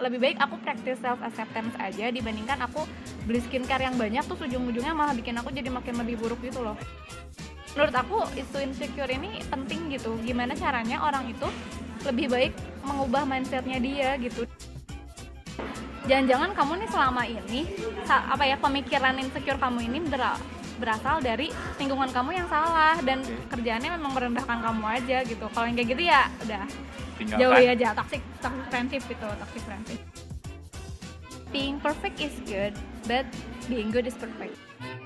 lebih baik aku practice self acceptance aja dibandingkan aku beli skincare yang banyak tuh ujung-ujungnya malah bikin aku jadi makin lebih buruk gitu loh. Menurut aku isu insecure ini penting gitu. Gimana caranya orang itu lebih baik mengubah mindsetnya dia gitu. Jangan-jangan kamu nih selama ini pemikiran insecure kamu ini berasal dari lingkungan kamu yang salah dan kerjaannya memang merendahkan kamu aja gitu. Kalau yang kayak gitu ya udah jauhi aja, toxic friendship gitu, toxic friendship. Being perfect is good, but being good is perfect.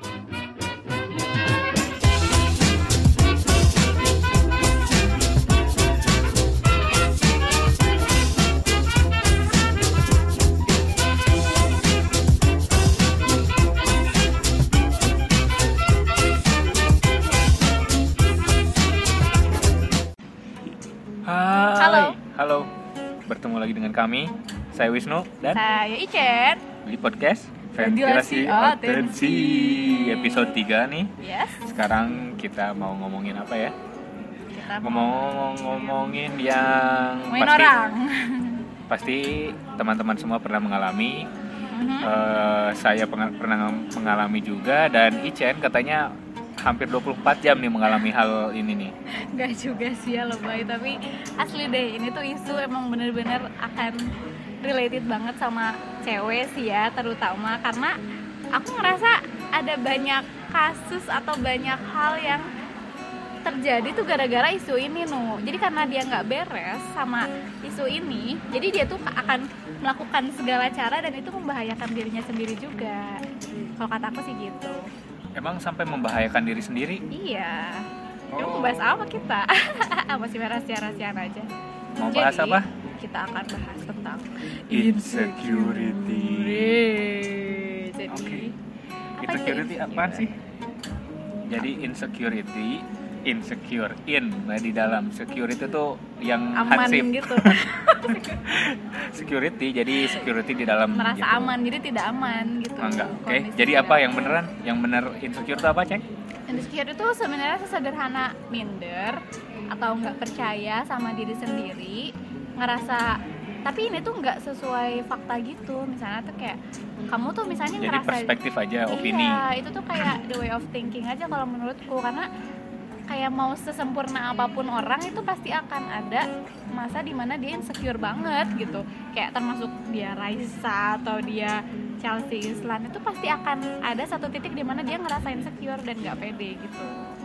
Halo, bertemu lagi dengan kami. Saya Wisnu dan saya Icet di podcast Ventilasi Atensi episode 3 nih. Yes. Sekarang kita mau ngomongin apa ya? Kita ngomongin yang pasti teman-teman semua pernah mengalami. Saya pernah mengalami juga, dan Icen katanya hampir 24 jam nih mengalami hal ini nih. Gak juga sih ya lebay, tapi asli deh ini tuh isu emang bener-bener akan related banget sama cewek sih ya, terutama karena aku ngerasa ada banyak kasus atau banyak hal yang terjadi tuh gara-gara isu ini Jadi karena dia nggak beres sama isu ini, jadi dia tuh akan melakukan segala cara dan itu membahayakan dirinya sendiri juga. Kalau kata aku sih gitu. Emang sampai membahayakan diri sendiri? Iya. Mau bahas apa kita? Masih rahasia-rahasiaan aja. Mau bahas apa? Kita akan bahas tentang insecurity. Jadi, insecurity apa sih? Jadi insecure di dalam security tuh yang aman hansip gitu. Security, jadi security di dalam merasa gitu. Aman, jadi tidak aman gitu. Enggak. Oke. Jadi apa yang beneran? Yang bener insecure itu apa, Ceng? Insecure itu sebenarnya sesederhana minder atau nggak percaya sama diri sendiri, ngerasa tapi ini tuh nggak sesuai fakta gitu. Misalnya tuh kayak kamu tuh misalnya jadi ngerasa perspektif aja, opini. Iya, itu tuh kayak the way of thinking aja kalau menurutku, karena kayak mau sesempurna apapun orang itu pasti akan ada masa dimana dia insecure banget gitu. Kayak termasuk dia Raisa atau dia Chelsea Islan, itu pasti akan ada satu titik dimana dia ngerasa insecure dan gak pede gitu.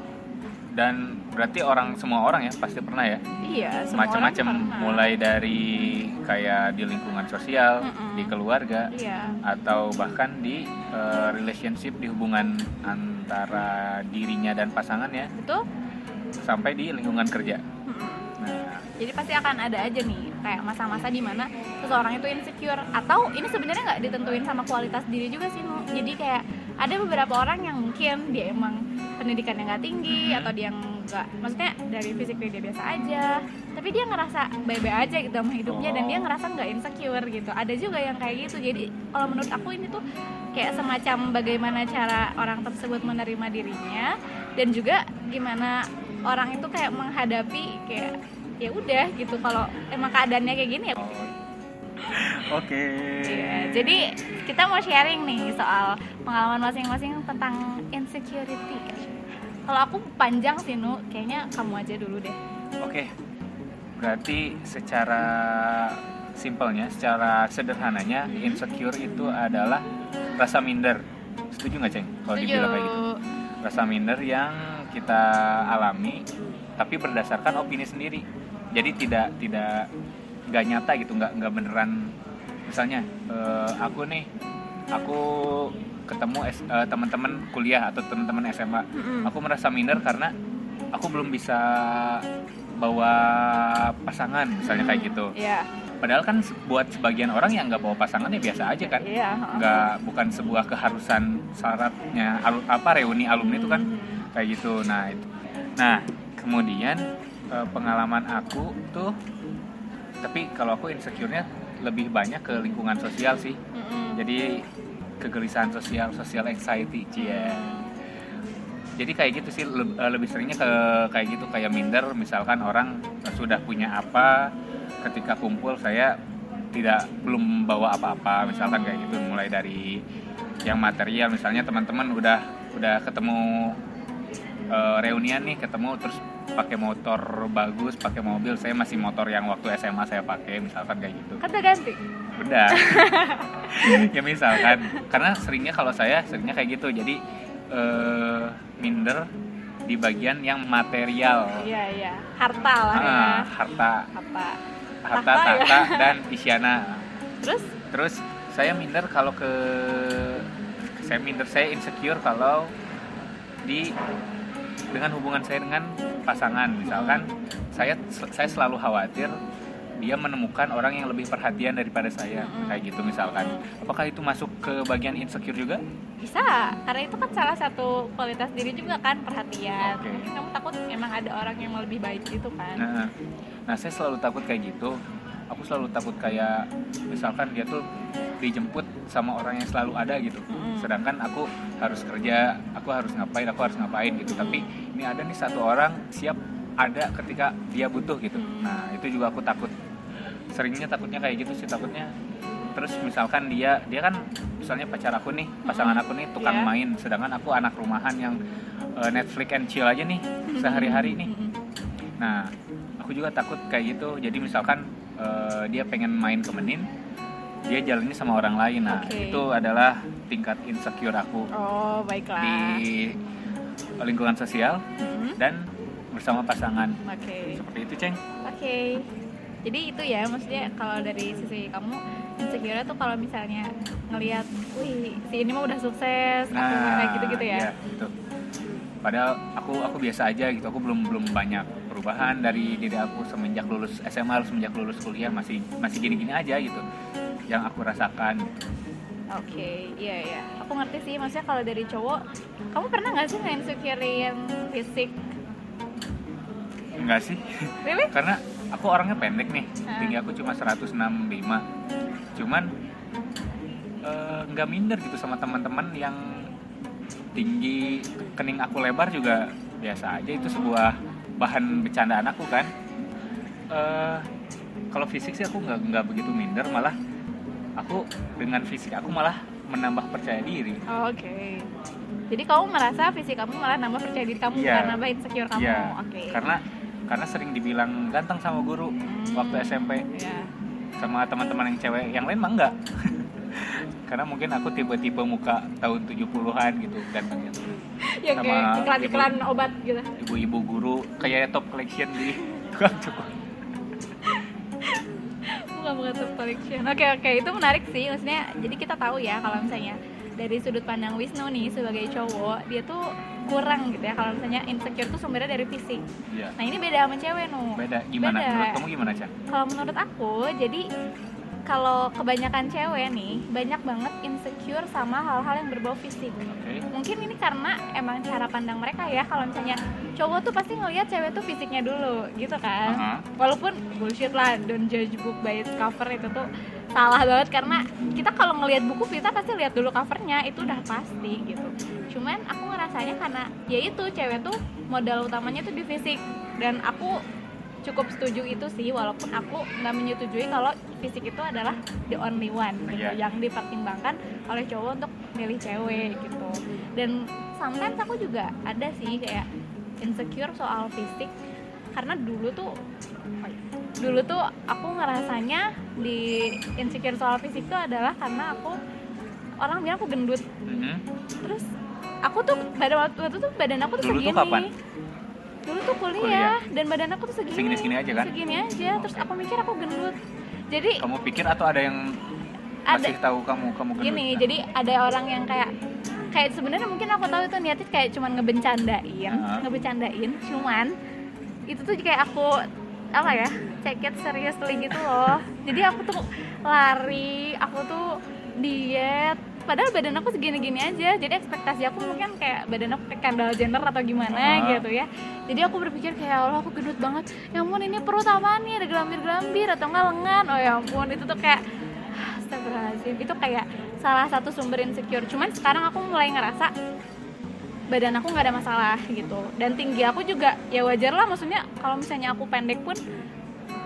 Dan berarti semua orang ya pasti pernah ya? Iya, semua macam-macam, mulai dari kayak di lingkungan sosial, di keluarga, atau bahkan di relationship, di hubungan antara dirinya dan pasangannya. Betul. Sampai di lingkungan kerja. Nah, jadi pasti akan ada aja nih kayak masa-masa di mana seseorang itu insecure, atau ini sebenarnya nggak ditentuin sama kualitas diri juga sih, Jadi kayak ada beberapa orang yang mungkin dia emang pendidikannya nggak tinggi atau dia nggak, maksudnya dari fisiknya dia biasa aja, tapi dia ngerasa baik-baik aja gitu sama hidupnya dan dia ngerasa nggak insecure gitu. Ada juga yang kayak gitu. Jadi kalau menurut aku ini tuh kayak semacam bagaimana cara orang tersebut menerima dirinya dan juga gimana orang itu kayak menghadapi kayak ya udah gitu, kalau emang keadaannya kayak gini ya. Oke. Ya, jadi kita mau sharing nih soal pengalaman masing-masing tentang insecurity. Kalau aku panjang sih kayaknya kamu aja dulu deh. Oke. Berarti secara simpelnya, secara sederhananya, insecure itu adalah rasa minder. Setuju nggak, Ceng? Kalau dibilang kayak gitu. Rasa minder yang kita alami tapi berdasarkan opini sendiri. Jadi tidak nggak nyata gitu, nggak beneran. Misalnya aku ketemu teman-teman kuliah atau teman-teman SMA, aku merasa minder karena aku belum bisa bawa pasangan, misalnya kayak gitu. Padahal kan buat sebagian orang yang nggak bawa pasangan ya biasa aja kan, bukan sebuah keharusan syaratnya reuni alumni itu kan kayak gitu. Nah kemudian pengalaman aku tuh, tapi kalau aku insecure-nya lebih banyak ke lingkungan sosial sih. Jadi kegelisahan social anxiety, Jadi kayak gitu sih, lebih seringnya ke kayak gitu, kayak minder. Misalkan orang sudah punya apa, ketika kumpul saya belum bawa apa-apa misalkan kayak gitu, mulai dari yang material, misalnya teman-teman udah ketemu reunian nih, ketemu terus pakai motor bagus, pakai mobil, saya masih motor yang waktu SMA saya pakai misalkan kayak gitu. Kan udah ganti? Udah. Ya misalkan, karena kalau saya seringnya kayak gitu, jadi minder di bagian yang material. Iya, harta lah ya. Harta, ya. tahta dan isyana. Terus saya minder saya insecure kalau dengan hubungan saya dengan pasangan, misalkan saya selalu khawatir dia menemukan orang yang lebih perhatian daripada saya, kayak gitu misalkan. Apakah itu masuk ke bagian insecure juga? Bisa, karena itu kan salah satu kualitas diri juga kan, perhatian. Okay. Mungkin kamu takut memang ada orang yang lebih baik gitu kan. Nah saya selalu takut kayak gitu. Aku selalu takut kayak misalkan dia tuh dijemput sama orang yang selalu ada gitu, sedangkan aku harus kerja, aku harus ngapain gitu. Tapi ini ada nih satu orang siap ada ketika dia butuh gitu. Nah itu juga aku takutnya kayak gitu sih, takutnya. Terus misalkan dia kan misalnya pacar aku nih, pasangan aku nih tukang main, sedangkan aku anak rumahan yang Netflix and chill aja nih sehari-hari nih. Nah aku juga takut kayak gitu. Jadi misalkan dia pengen main kemenin, dia jalannya sama orang lain. Nah itu adalah tingkat insecure aku. Oh baiklah. Di lingkungan sosial dan bersama pasangan. Seperti itu, Ceng. Jadi itu ya, maksudnya kalau dari sisi kamu insecure tuh kalau misalnya ngelihat, wih si ini mah udah sukses, kayak gitu-gitu ya. Iya, gitu. Padahal aku biasa aja gitu, aku belum banyak perubahan dari diri aku semenjak lulus SMA, semenjak lulus kuliah, masih gini-gini aja gitu yang aku rasakan. Iya. Aku ngerti sih, maksudnya kalau dari cowok, kamu pernah nggak sih nge-insecurein fisik? Enggak sih. Really? Karena aku orangnya pendek nih, tinggi aku cuma 165. Cuman nggak minder gitu sama teman-teman yang tinggi, kening aku lebar juga biasa aja, itu sebuah bahan bercandaan aku kan. Kalau fisik sih aku nggak begitu minder, malah aku dengan fisik aku malah menambah percaya diri. Jadi kamu merasa fisik kamu malah nambah percaya diri kamu, bukan nambah insecure kamu. Karena sering dibilang ganteng sama guru waktu SMP. Sama teman-teman yang cewek, yang lain mah enggak. Karena mungkin aku tipe-tipe muka tahun 70-an gitu gantengnya. Yang kayak iklan obat gitu. Ibu-ibu guru kayak top collection di tukang cukur. Bukan top collection. Oke, itu menarik sih. Maksudnya jadi kita tahu ya kalau misalnya dari sudut pandang Wisnu nih sebagai cowok, dia tuh kurang gitu ya kalau misalnya insecure tuh sumbernya dari fisik. Nah ini beda sama cewek Beda. Gimana? Menurut kamu gimana, Cak? Kalau menurut aku, jadi kalau kebanyakan cewek nih banyak banget insecure sama hal-hal yang berbau fisik. Mungkin ini karena emang cara pandang mereka ya, kalau misalnya cowok tuh pasti ngelihat cewek tuh fisiknya dulu gitu kan. Walaupun bullshit lah, don't judge book by its cover, itu tuh salah banget, karena kita kalau ngelihat buku kita pasti lihat dulu covernya, itu udah pasti gitu. Cuman aku ngerasanya karena ya itu, cewek tuh modal utamanya tuh di fisik, dan aku cukup setuju itu sih, walaupun aku nggak menyetujui kalau fisik itu adalah the only one gitu, yang dipertimbangkan oleh cowok untuk milih cewek gitu. Dan sometimes aku juga ada sih kayak insecure soal fisik, karena dulu tuh aku ngerasanya di insecure soal fisik itu adalah karena orang bilang aku gendut. Terus aku tuh pada waktu itu tuh badan aku tuh dulu segini. Tuh kapan? Dulu tuh kuliah, dan badan aku tuh segini aja kan? Segini aja. Terus aku mikir aku gendut. Jadi kamu pikir atau ada yang masih tahu kamu gendut? Gini, jadi ada orang yang kayak sebenarnya mungkin aku tahu itu niatnya kayak cuman ngebecandain, cuman itu tuh kayak aku take it seriously gitu loh. Jadi aku tuh lari, aku tuh diet, padahal badan aku segini-gini aja. Jadi ekspektasi aku mungkin kayak badan aku kayak Kendall Jenner atau gimana gitu ya. Jadi aku berpikir kayak, Allah aku gendut banget, ya ampun ini perut apaan nih, ada gelambir-gelambir atau enggak lengan, oh ya ampun. Itu tuh kayak astagfirullahaladzim, itu kayak salah satu sumber insecure. Cuman sekarang aku mulai ngerasa badan aku nggak ada masalah gitu, dan tinggi aku juga ya wajar lah, maksudnya kalau misalnya aku pendek pun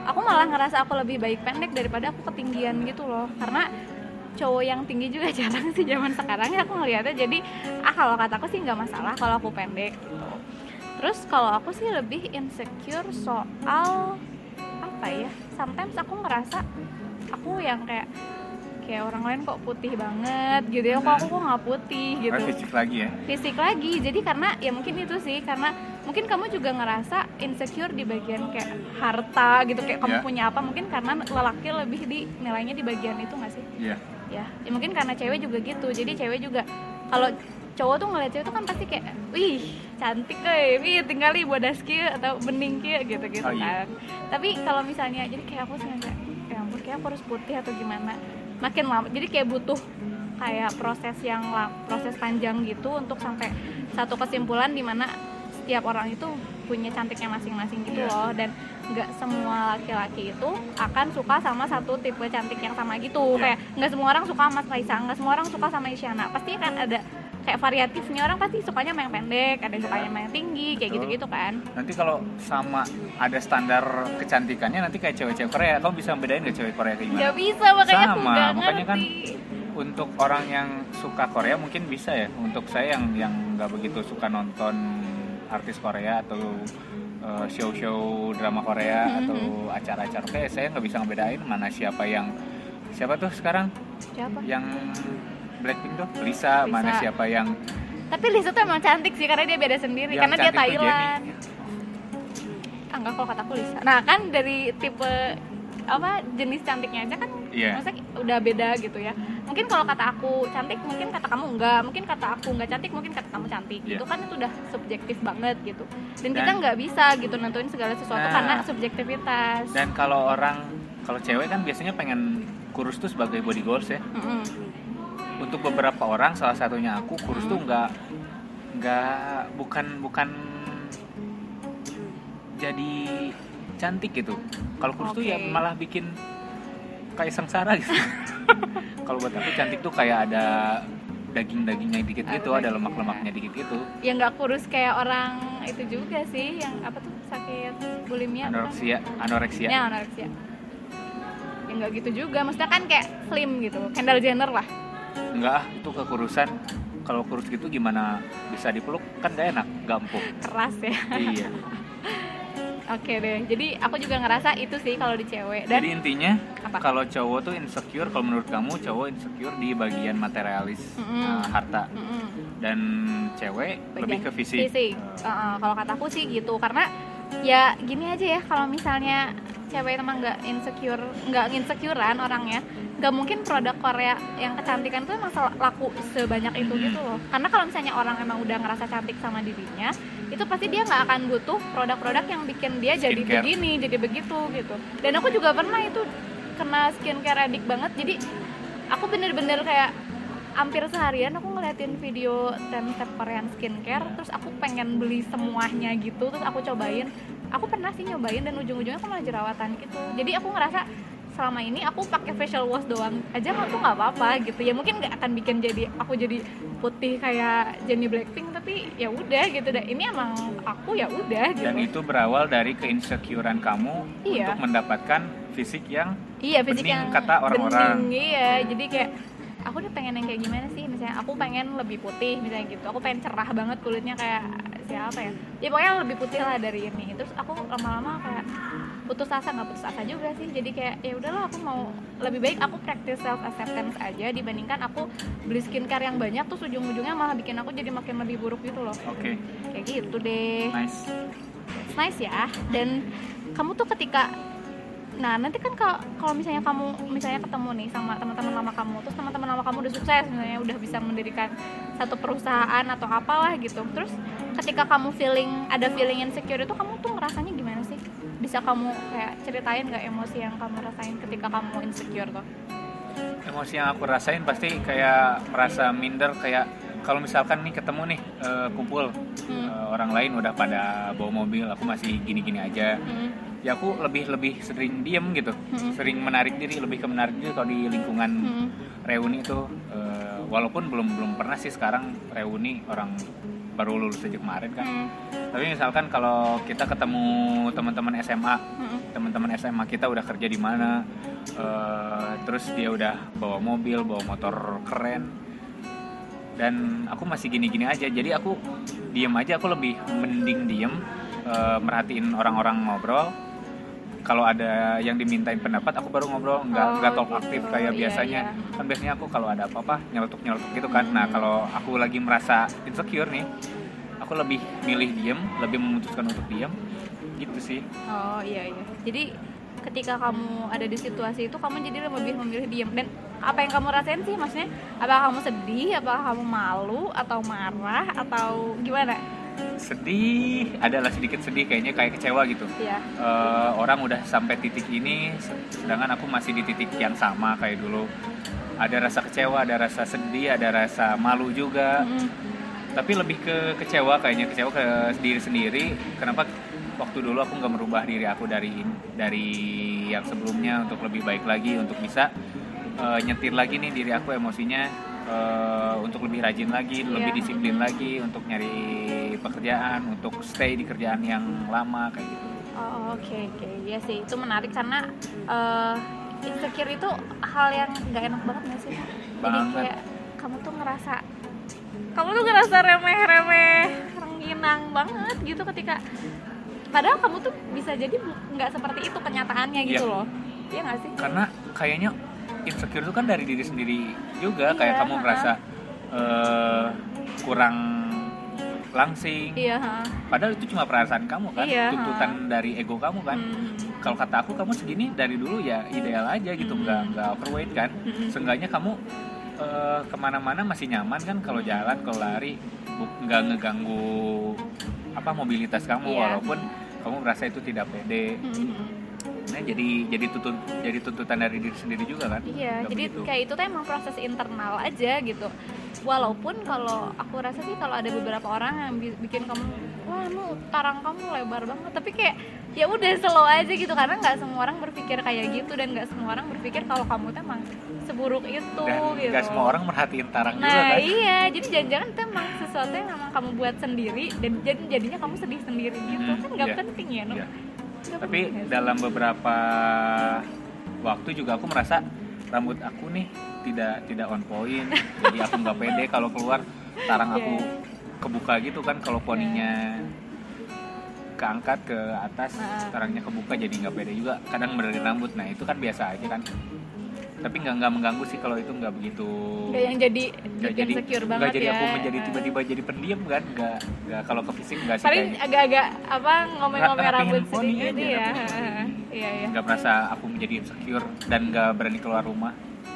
aku malah ngerasa aku lebih baik pendek daripada aku ketinggian gitu loh, karena cowok yang tinggi juga jarang sih zaman sekarang ya aku ngeliatnya. Jadi kalau kataku sih nggak masalah kalau aku pendek gitu. Terus kalau aku sih lebih insecure soal apa ya, sometimes aku ngerasa aku yang kayak orang lain kok putih banget gitu ya, kok aku nggak putih gitu. Fisik lagi ya? Fisik lagi, jadi karena ya mungkin itu sih, karena mungkin kamu juga ngerasa insecure di bagian kayak harta gitu, kayak kamu punya apa, mungkin karena lelaki lebih nilainya di bagian itu nggak sih? Iya. Ya mungkin karena cewek juga gitu, jadi cewek juga kalau cowok tuh ngeliat cewek tuh kan pasti kayak wih cantik wih tinggal bodas kieu atau bening kieu gitu kan. Tapi kalau misalnya jadi kayak aku sih kayak ya ampun kayak aku harus putih atau gimana, makin lama jadi kayak butuh kayak proses panjang gitu untuk sampai satu kesimpulan di mana setiap orang itu punya cantiknya masing-masing gitu loh, dan nggak semua laki-laki itu akan suka sama satu tipe cantik yang sama gitu. Kayak nggak semua orang suka sama Raisa, nggak semua orang suka sama Isyana, pasti kan ada kayak variatifnya. Orang pasti sukanya sama yang pendek, ada yang sukanya sama yang tinggi, kayak gitu-gitu kan. Nanti kalau sama ada standar kecantikannya nanti kayak cewek-cewek Korea, kamu bisa bedain nggak cewek Korea kayak gimana? Nggak bisa, makanya aku nggak ngerti. Makanya kan untuk orang yang suka Korea mungkin bisa ya. Untuk saya yang nggak begitu suka nonton artis Korea atau show-show drama Korea atau acara-acara kayak saya nggak bisa ngebedain mana siapa tuh sekarang? Siapa? Yang Blackpink tuh Lisa, mana siapa yang. Tapi Lisa tuh emang cantik sih karena dia beda sendiri, karena dia Thailand. Enggak, kalau kataku Lisa. Nah kan dari tipe jenis cantiknya aja kan maksudnya udah beda gitu ya. Mungkin kalau kata aku cantik, mungkin kata kamu enggak, mungkin kata aku enggak cantik, mungkin kata kamu cantik. Itu kan itu udah subjektif banget gitu. Dan kita nggak bisa gitu nentuin segala sesuatu karena subjektivitas. Dan kalau cewek kan biasanya pengen kurus tuh sebagai body goals ya. Untuk beberapa orang, salah satunya aku, kurus tuh bukan jadi cantik gitu. Kalau kurus tuh ya malah bikin kayak sengsara gitu. Kalau buat aku cantik tuh kayak ada daging-dagingnya dikit gitu, ada lemak-lemaknya dikit gitu. Ya nggak kurus kayak orang itu juga sih, yang apa tuh sakit bulimia. Anoreksia. Ya anoreksia. Ya nggak gitu juga, maksudnya kan kayak slim gitu, Kendall Jenner lah. Enggak, itu kekurusan. Kalau kurus gitu gimana bisa dipeluk, kan gak enak, gak empuk. Keras ya. Iya. Oke deh, jadi aku juga ngerasa itu sih kalau di cewek. Dan jadi intinya kalau cowok tuh insecure, kalau menurut kamu cowok insecure di bagian materialis, harta, dan cewek lebih ke fisik. Kalau kataku sih gitu, karena ya gini aja ya, kalau misalnya cewek emang nggak insecurean orangnya, nggak mungkin produk Korea yang kecantikan itu emang laku sebanyak itu gitu loh. Karena kalau misalnya orang emang udah ngerasa cantik sama dirinya, itu pasti dia nggak akan butuh produk-produk yang bikin dia jadi begini, jadi begitu gitu. Dan aku juga pernah itu kena skincare addict banget. Jadi aku bener-bener kayak hampir seharian aku ngeliatin video 10 step Korean skincare, terus aku pengen beli semuanya gitu, terus aku cobain. Aku pernah sih nyobain dan ujung-ujungnya aku malah jerawatan gitu. Jadi aku ngerasa selama ini aku pakai facial wash doang aja tuh nggak apa-apa gitu ya, mungkin nggak akan bikin aku jadi putih kayak Jennie Blackpink, tapi ya udah gitu deh, ini emang aku ya udah gitu. Dan itu berawal dari keinsecurean kamu untuk mendapatkan fisik yang fisik bening, yang kata orang-orang. Jadi kayak aku udah pengen yang kayak gimana sih, misalnya aku pengen lebih putih misalnya gitu, aku pengen cerah banget kulitnya kayak siapa ya pokoknya lebih putih lah dari ini. Terus aku lama-lama kayak nggak putus asa juga sih, jadi kayak ya udahlah, aku mau lebih baik aku practice self acceptance aja dibandingkan aku beli skincare yang banyak terus ujung-ujungnya malah bikin aku jadi makin lebih buruk gitu loh. Kayak gitu deh. Nice ya. Dan kamu tuh ketika nanti kan kalau misalnya kamu ketemu nih sama teman-teman lama kamu, terus teman-teman lama kamu udah sukses misalnya, udah bisa mendirikan satu perusahaan atau apalah gitu, terus ketika kamu ada feeling insecure itu, kamu tuh ngerasanya gimana sih? Bisa kamu kayak ceritain nggak emosi yang kamu rasain ketika kamu insecure tuh? Emosi yang aku rasain pasti kayak merasa minder, kayak kalau misalkan nih ketemu nih kumpul orang lain udah pada bawa mobil, aku masih gini-gini aja. Ya aku lebih sering diem gitu, sering menarik diri kalau di lingkungan reuni itu, walaupun belum pernah sih sekarang reuni orang baru lulus aja kemarin kan. Tapi misalkan kalau kita ketemu teman-teman SMA kita udah kerja di mana, terus dia udah bawa mobil, bawa motor keren, dan aku masih gini-gini aja. Jadi aku diem aja, aku lebih mending diem, merhatiin orang-orang ngobrol. Kalau ada yang dimintain pendapat, aku baru ngobrol, nggak talk aktif kayak biasanya. Kan biasanya aku kalau ada apa-apa nyeletuk gitu kan. Nah kalau aku lagi merasa insecure nih, aku lebih milih diem, lebih memutuskan untuk diem, gitu sih. Oh iya. Jadi ketika kamu ada di situasi itu, kamu jadi lebih memilih diem. Dan apa yang kamu rasain sih? Maksudnya, apakah kamu sedih, apakah kamu malu, atau marah, atau gimana? Sedih, adalah sedikit sedih kayaknya, kayak kecewa gitu. Orang udah sampai titik ini, sedangkan aku masih di titik yang sama kayak dulu. Ada rasa kecewa, ada rasa sedih, ada rasa malu juga. Tapi lebih ke kecewa kayaknya, kecewa ke diri sendiri. Kenapa waktu dulu aku nggak merubah diri aku dari yang sebelumnya untuk lebih baik lagi, untuk bisa nyetir lagi nih diri aku emosinya, untuk lebih rajin lagi, lebih disiplin lagi untuk nyari pekerjaan, untuk stay di kerjaan yang lama kayak gitu. Oke. Ya sih, itu menarik karena insecure itu hal yang nggak enak banget nggak sih? Jadi kayak kamu tuh ngerasa remeh-remeh, rengginang banget gitu ketika padahal kamu tuh bisa jadi nggak seperti itu kenyataannya gitu loh. Iya nggak sih? Karena kayaknya insecure itu kan dari diri sendiri juga, kayak kamu merasa kurang langsing. Padahal itu cuma perasaan kamu kan, tuntutan dari ego kamu kan. Kalau kata aku, kamu segini dari dulu ya ideal aja gitu, nggak overweight kan. Seenggaknya kamu kemana-mana masih nyaman kan, kalau jalan, kalau lari nggak ngeganggu mobilitas kamu, walaupun kamu merasa itu tidak pede. Nah, jadi tuntutan dari diri sendiri juga kan. Iya, jadi begitu. Kayak itu tuh emang proses internal aja gitu. Walaupun kalau aku rasa sih, kalau ada beberapa orang yang bikin kamu, wah tarang kamu lebar banget, tapi kayak ya udah slow aja gitu, karena nggak semua orang berpikir kayak gitu, dan nggak semua orang berpikir kalau kamu tuh emang seburuk itu dan gitu. Nggak semua orang merhatiin tarang juga kan. Nah iya, jadi jangan-jangan itu emang sesuatu yang emang kamu buat sendiri, dan jadinya kamu sedih sendiri gitu. Kan nggak penting ya, Iya. Tapi dalam beberapa waktu juga aku merasa rambut aku nih tidak on point, jadi aku nggak pede kalau keluar, tarang aku kebuka gitu kan. Kalau poninya keangkat ke atas, tarangnya kebuka, jadi nggak pede juga kadang benerin rambut. Nah itu kan biasa aja kan, tapi nggak mengganggu sih kalau itu, nggak begitu, nggak yang jadi insecure banget, nggak jadi aku ya. menjadi tiba-tiba jadi pendiam kan, nggak kalau ke fisik nggak sih, paling agak-agak ngomel-ngomel rambut sedikit ya. Iya. Nggak merasa aku menjadi insecure dan nggak berani keluar rumah.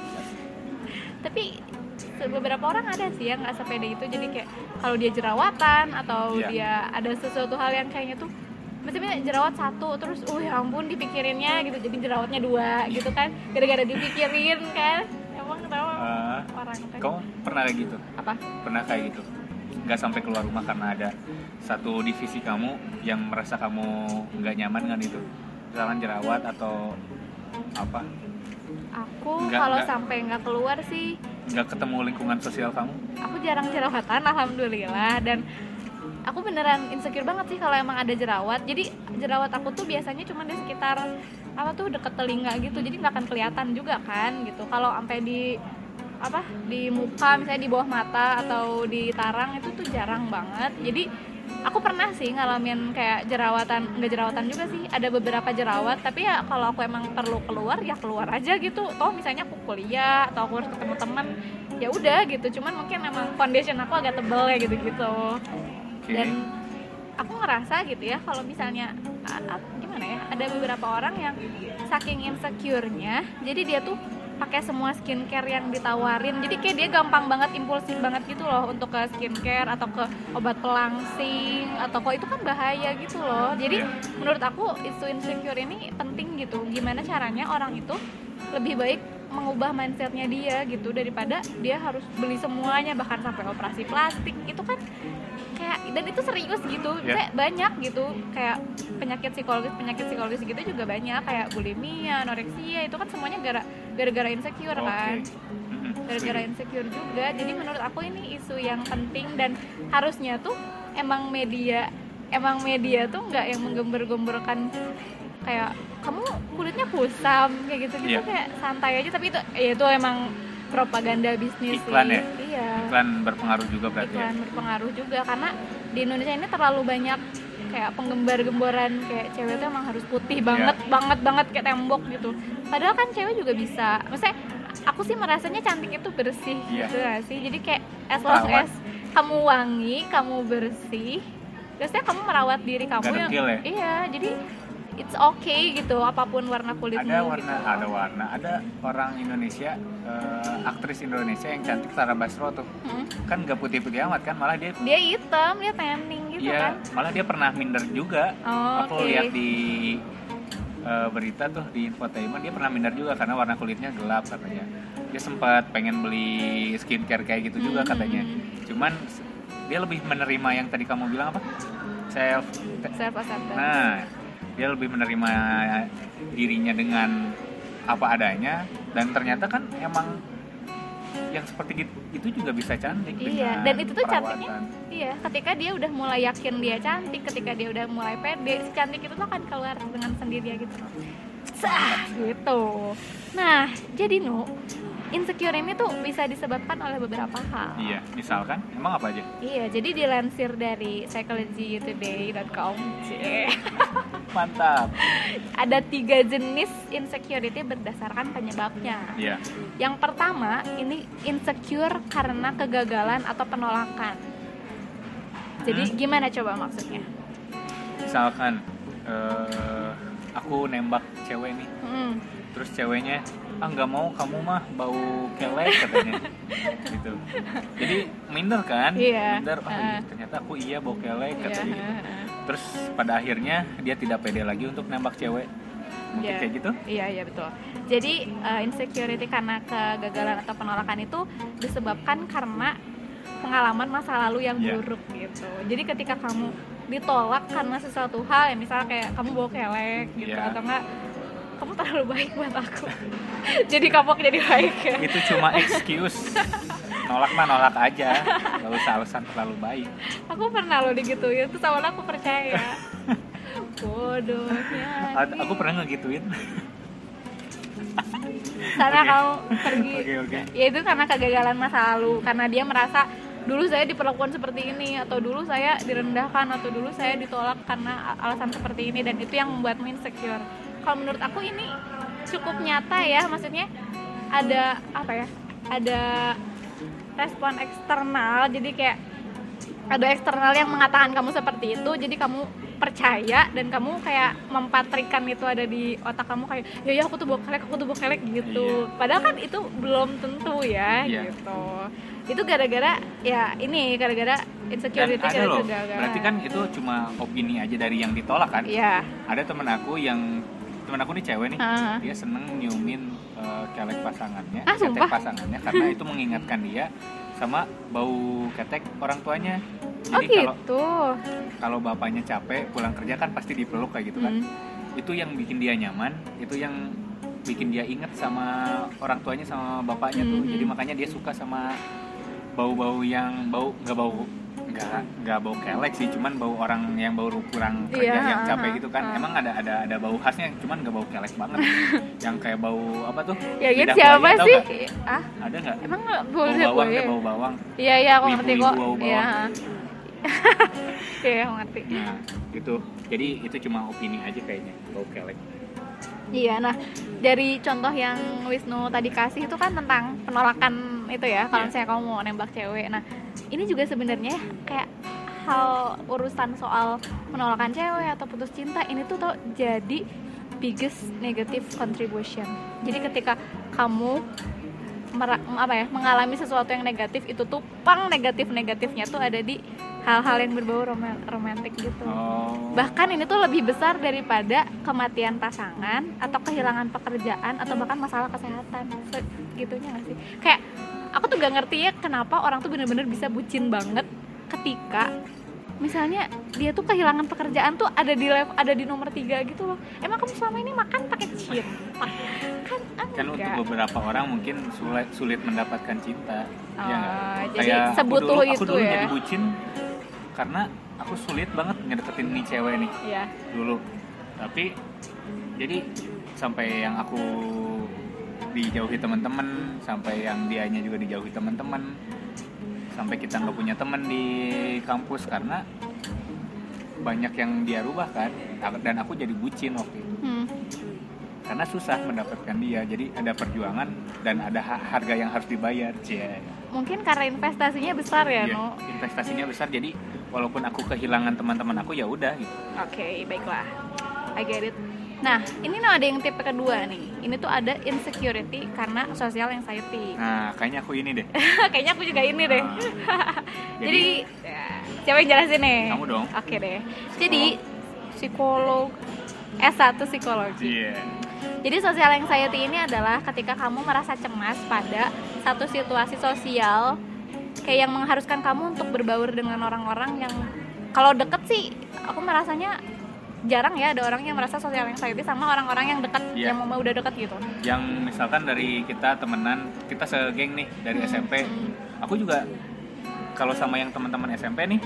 Tapi beberapa orang ada sih yang nggak sepede itu, jadi kayak kalau dia jerawatan atau dia ada sesuatu hal yang kayaknya tuh maksudnya jerawat satu, terus ya ampun dipikirinnya gitu, jadi jerawatnya 2 gitu kan, gara-gara dipikirin kan. Emang kenapa orang kan? Kamu pernah kayak gitu? Apa? Pernah kayak gitu? Nggak sampai keluar rumah karena ada satu divisi kamu yang merasa kamu nggak nyaman dengan itu, misalkan jerawat atau apa? Aku kalau sampai nggak keluar sih, nggak ketemu lingkungan sosial kamu? Aku jarang jerawatan alhamdulillah, dan aku beneran insecure banget sih kalau emang ada jerawat. Jadi jerawat aku tuh biasanya cuma di sekitar deket telinga gitu, jadi nggak akan kelihatan juga kan gitu. Kalau sampai di muka, misalnya di bawah mata atau di tarang, itu tuh jarang banget. Jadi aku pernah sih ngalamin kayak nggak jerawatan juga sih, ada beberapa jerawat, tapi ya kalau aku emang perlu keluar ya keluar aja gitu. Toh misalnya aku kuliah atau aku harus ketemu teman, ya udah gitu. Cuman mungkin emang foundation aku agak tebel ya gitu. Dan aku ngerasa gitu ya, kalau misalnya gimana ya, ada beberapa orang yang saking insecure-nya, jadi dia tuh pakai semua skincare yang ditawarin. Jadi kayak dia gampang banget, impulsif banget gitu loh untuk ke skincare atau ke obat pelangsing, atau kok itu kan bahaya gitu loh. Jadi menurut aku isu insecure ini penting gitu. Gimana caranya orang itu lebih baik mengubah mindsetnya dia gitu, daripada dia harus beli semuanya, bahkan sampai operasi plastik. Itu kan kayak, dan itu serius gitu. Kayak banyak gitu, kayak penyakit psikologis gitu juga banyak, kayak bulimia, anoreksia, itu kan semuanya gara-gara insecure kan. gara-gara insecure juga. Jadi menurut aku ini isu yang penting dan harusnya tuh emang media tuh nggak yang menggembar-gemborkan kayak kamu kulitnya kusam kayak gitu-gitu, kayak santai aja, tapi itu emang propaganda bisnis iklan sih. Iya. Iklan berpengaruh juga berarti. Iklan berpengaruh juga karena di Indonesia ini terlalu banyak kayak penggembar-gemboran kayak cewek tuh emang harus putih banget kayak tembok gitu. Padahal kan cewek juga bisa. Maksudnya aku sih merasanya cantik itu bersih gitu gak sih? Jadi kayak as long as kamu wangi, kamu bersih, biasanya kamu merawat diri kamu yang iya, jadi it's okay gitu, apapun warna kulitmu. Ada orang Indonesia, aktris Indonesia yang cantik, Tara Basro tuh. Kan gak putih-putih amat kan, malah dia hitam, dia tanning gitu kan. Malah dia pernah minder juga. Aku lihat di berita tuh di infotainment, dia pernah minder juga karena warna kulitnya gelap katanya. Dia sempat pengen beli skincare kayak gitu juga katanya. Cuman dia lebih menerima yang tadi kamu bilang apa? Self acceptance. Nah, dia lebih menerima dirinya dengan apa adanya, dan ternyata kan emang yang seperti itu juga bisa cantik. Iya, dan itu tuh cantiknya ketika dia udah mulai yakin dia cantik, ketika dia udah mulai pede, si cantik itu tuh akan keluar dengan sendirinya gitu. Gitu. Nah, jadi insecure ini tuh bisa disebabkan oleh beberapa hal. Iya, misalkan, emang apa aja? Iya, jadi dilansir dari psychologytoday.com. Mantap. Ada 3 jenis insecurity berdasarkan penyebabnya. Iya. Yang pertama, ini insecure karena kegagalan atau penolakan. Jadi gimana coba maksudnya? Misalkan, aku nembak cewek nih, terus ceweknya nggak mau, kamu mah bau kelek katanya. Gitu. Jadi minder kan? Minder, ternyata aku bau kelek katanya gitu. Terus pada akhirnya dia tidak pede lagi untuk nembak cewek. Mungkin kayak gitu? Iya betul. Jadi insecurity karena kegagalan atau penolakan itu disebabkan karena pengalaman masa lalu yang buruk gitu. Jadi ketika kamu ditolak karena sesuatu hal, ya misalnya kayak kamu bau kelek gitu, atau enggak kamu terlalu baik buat aku. Jadi kapok jadi baik ya. Itu cuma excuse. Nolak mah nolak aja, gak usah alasan terlalu baik. Aku pernah lo digituin, terus awalnya aku percaya. Bodohnya. Aku pernah ngegituin. Karena kamu pergi. Okay. Ya itu karena kegagalan masa lalu, karena dia merasa dulu saya diperlakukan seperti ini, atau dulu saya direndahkan, atau dulu saya ditolak karena alasan seperti ini, dan itu yang membuatmu insecure. Kalau menurut aku ini cukup nyata ya, maksudnya ada respon eksternal, jadi kayak ada eksternal yang mengatakan kamu seperti itu, jadi kamu percaya dan kamu kayak mempatrikan itu ada di otak kamu kayak ya aku tuh bau kelek gitu. Padahal kan itu belum tentu ya gitu. Itu gara-gara insecurity dan ada loh, kegagalan. berarti kan itu cuma opini aja dari yang ditolak kan? Iya. Ada temen aku nih cewek nih, dia seneng nyiumin kelek pasangannya, ketek pasangannya, karena itu mengingatkan dia sama bau ketek orang tuanya. Jadi kalau bapaknya capek pulang kerja kan pasti dipeluk kayak gitu kan. Itu yang bikin dia nyaman, itu yang bikin dia inget sama orang tuanya sama bapaknya tuh. Jadi makanya dia suka sama bau-bau yang nggak bau kelek sih, cuman bau orang yang baru pulang kerja yang capek gitu kan. Emang ada bau khasnya, cuman nggak bau kelek banget. Yang kayak bau apa tuh? Ya gitu siapa sih? Ada nggak? Emang bau bawang kayak bau bawang. Iya aku ngerti kok. Iya. Iya aku ngerti. Nah gitu. Jadi itu cuma opini aja kayaknya bau kelek. Iya, nah dari contoh yang Wisnu tadi kasih itu kan tentang penolakan itu ya, kalau misalnya kamu mau nembak cewek. Nah ini juga sebenarnya kayak hal urusan soal penolakan cewek atau putus cinta, ini tuh jadi biggest negative contribution. Jadi ketika kamu mengalami sesuatu yang negatif, itu tuh negatifnya tuh ada di hal-hal yang berbau romantik gitu. Bahkan ini tuh lebih besar daripada kematian pasangan atau kehilangan pekerjaan atau bahkan masalah kesehatan. Segitunya nggak sih? Kayak aku tuh gak ngerti ya kenapa orang tuh bener-bener bisa bucin banget ketika misalnya dia tuh kehilangan pekerjaan tuh ada di nomor 3 gitu loh. Emang kamu selama ini makan pakai cinta? Kan untuk beberapa orang mungkin sulit mendapatkan cinta. Ya, jadi sebutuh itu aku dulu ya. jadi bucin karena aku sulit banget ngedeketin nih cewek nih. Iya. Dulu. Tapi jadi sampai yang aku dijauhi teman-teman, sampai yang dianya juga dijauhi teman-teman, sampai kita nggak punya teman di kampus karena banyak yang dia rubah kan, dan aku jadi bucin waktu itu. Karena susah mendapatkan dia, jadi ada perjuangan dan ada harga yang harus dibayar. Mungkin karena investasinya besar ya, No? Investasinya besar, jadi walaupun aku kehilangan teman-teman aku ya udah gitu. Oke, baiklah, I get it. Nah, ini ada yang tipe kedua nih. Ini tuh ada insecurity karena social anxiety. Nah, kayaknya aku ini deh. Kayaknya aku juga ini deh. Jadi ya, siapa yang jelasin nih? Kamu dong. Oke deh. Jadi psikolog S1 psikologi. Iya. Jadi social anxiety ini adalah ketika kamu merasa cemas pada satu situasi sosial kayak yang mengharuskan kamu untuk berbaur dengan orang-orang yang kalau deket sih aku merasanya jarang ya ada orang yang merasa social anxiety sama orang-orang yang dekat, yang mau udah dekat gitu. Yang misalkan dari kita temenan, kita segeng nih dari SMP. Aku juga kalau sama yang teman-teman SMP nih,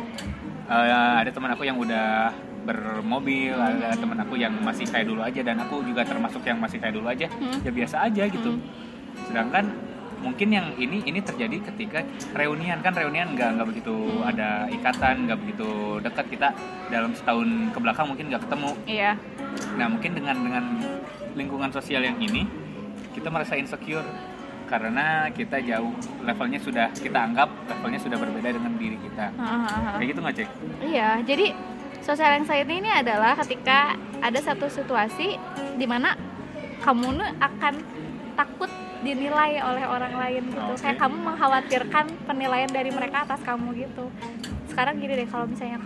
ada teman aku yang udah bermobil, ada teman aku yang masih kayak dulu aja, dan aku juga termasuk yang masih kayak dulu aja. Ya biasa aja gitu. Sedangkan mungkin yang ini terjadi ketika reunian nggak begitu ada ikatan, nggak begitu dekat, kita dalam setahun kebelakang mungkin nggak ketemu. Iya. Nah mungkin dengan lingkungan sosial yang ini kita merasa insecure karena kita jauh levelnya, kita anggap levelnya sudah berbeda dengan diri kita. Kayak gitu nggak, Cek? Iya, jadi social anxiety ini adalah ketika ada satu situasi di mana kamu akan takut dinilai oleh orang lain gitu. Kayak kamu mengkhawatirkan penilaian dari mereka atas kamu gitu. Sekarang gini deh, kalau misalnya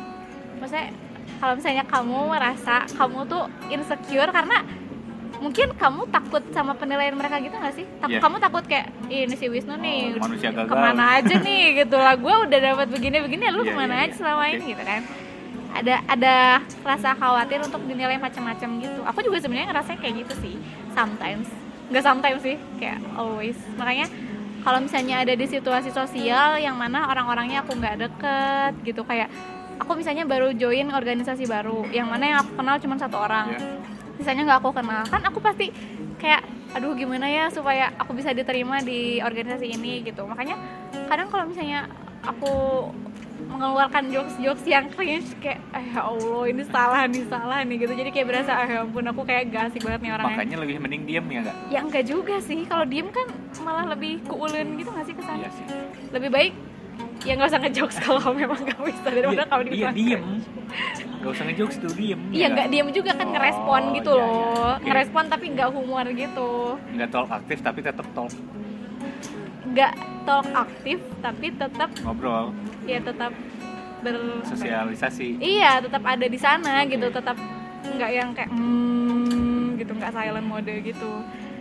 kamu merasa kamu tuh insecure karena mungkin kamu takut sama penilaian mereka gitu nggak sih? Kamu takut kayak ini si Wisnu nih manusia gagal, kemana aja nih gitu lah, gue udah dapat begini lu kemana aja selama ini gitu kan. Ada rasa khawatir untuk dinilai macam-macam gitu. Aku juga sebenarnya ngerasa kayak gitu sih sometimes. Nggak sometimes sih, kayak always. Makanya kalau misalnya ada di situasi sosial yang mana orang-orangnya aku nggak deket gitu, kayak aku misalnya baru join organisasi baru yang mana yang aku kenal cuma satu orang, misalnya nggak aku kenal, kan aku pasti kayak aduh gimana ya supaya aku bisa diterima di organisasi ini gitu. Makanya kadang kalau misalnya aku mengeluarkan jokes yang cringe kayak ya Allah ini salah nih gitu, jadi kayak berasa ya ampun aku kayak gak asik banget nih orangnya. Makanya lebih mending diem ya nggak? Ya enggak juga sih, kalau diem kan malah lebih kuulen gitu nggak sih kesannya? Iya sih. Lebih baik ya nggak usah ngejokes kalau memang nggak bisa, daripada kalau iya diem, nggak usah ngejokes tuh, diem. Iya nggak diem juga kan, ngerespon gitu loh. Okay. Ngerespon tapi nggak humor gitu. Nggak talk aktif tapi tetap talk. Nggak talk aktif tapi tetap ngobrol. Iya tetap bersosialisasi. Iya tetap ada di sana gitu, tetap nggak yang kayak gitu, nggak silent mode gitu.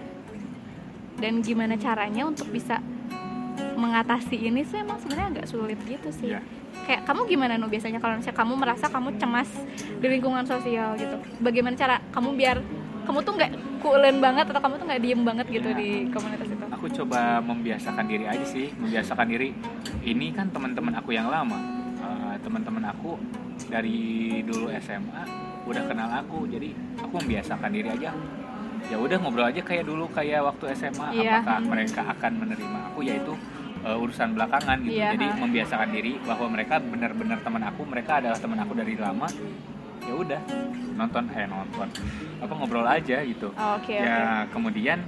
Dan gimana caranya untuk bisa mengatasi ini sih emang sebenarnya agak sulit gitu sih. Kayak kamu gimana biasanya kalau misalnya kamu merasa kamu cemas di lingkungan sosial gitu, bagaimana cara kamu biar kamu tuh nggak kuulen banget atau kamu tuh nggak diem banget gitu di komunitas itu? Aku coba membiasakan diri aja sih, membiasakan diri. Ini kan teman-teman aku yang lama, teman-teman aku dari dulu SMA udah kenal aku, jadi aku membiasakan diri aja. Ya udah ngobrol aja kayak dulu, kayak waktu SMA. Apakah mereka akan menerima aku, yaitu urusan belakangan gitu. Jadi membiasakan diri bahwa mereka benar-benar teman aku, mereka adalah teman aku dari lama. Ya udah nonton apa ngobrol aja gitu. Kemudian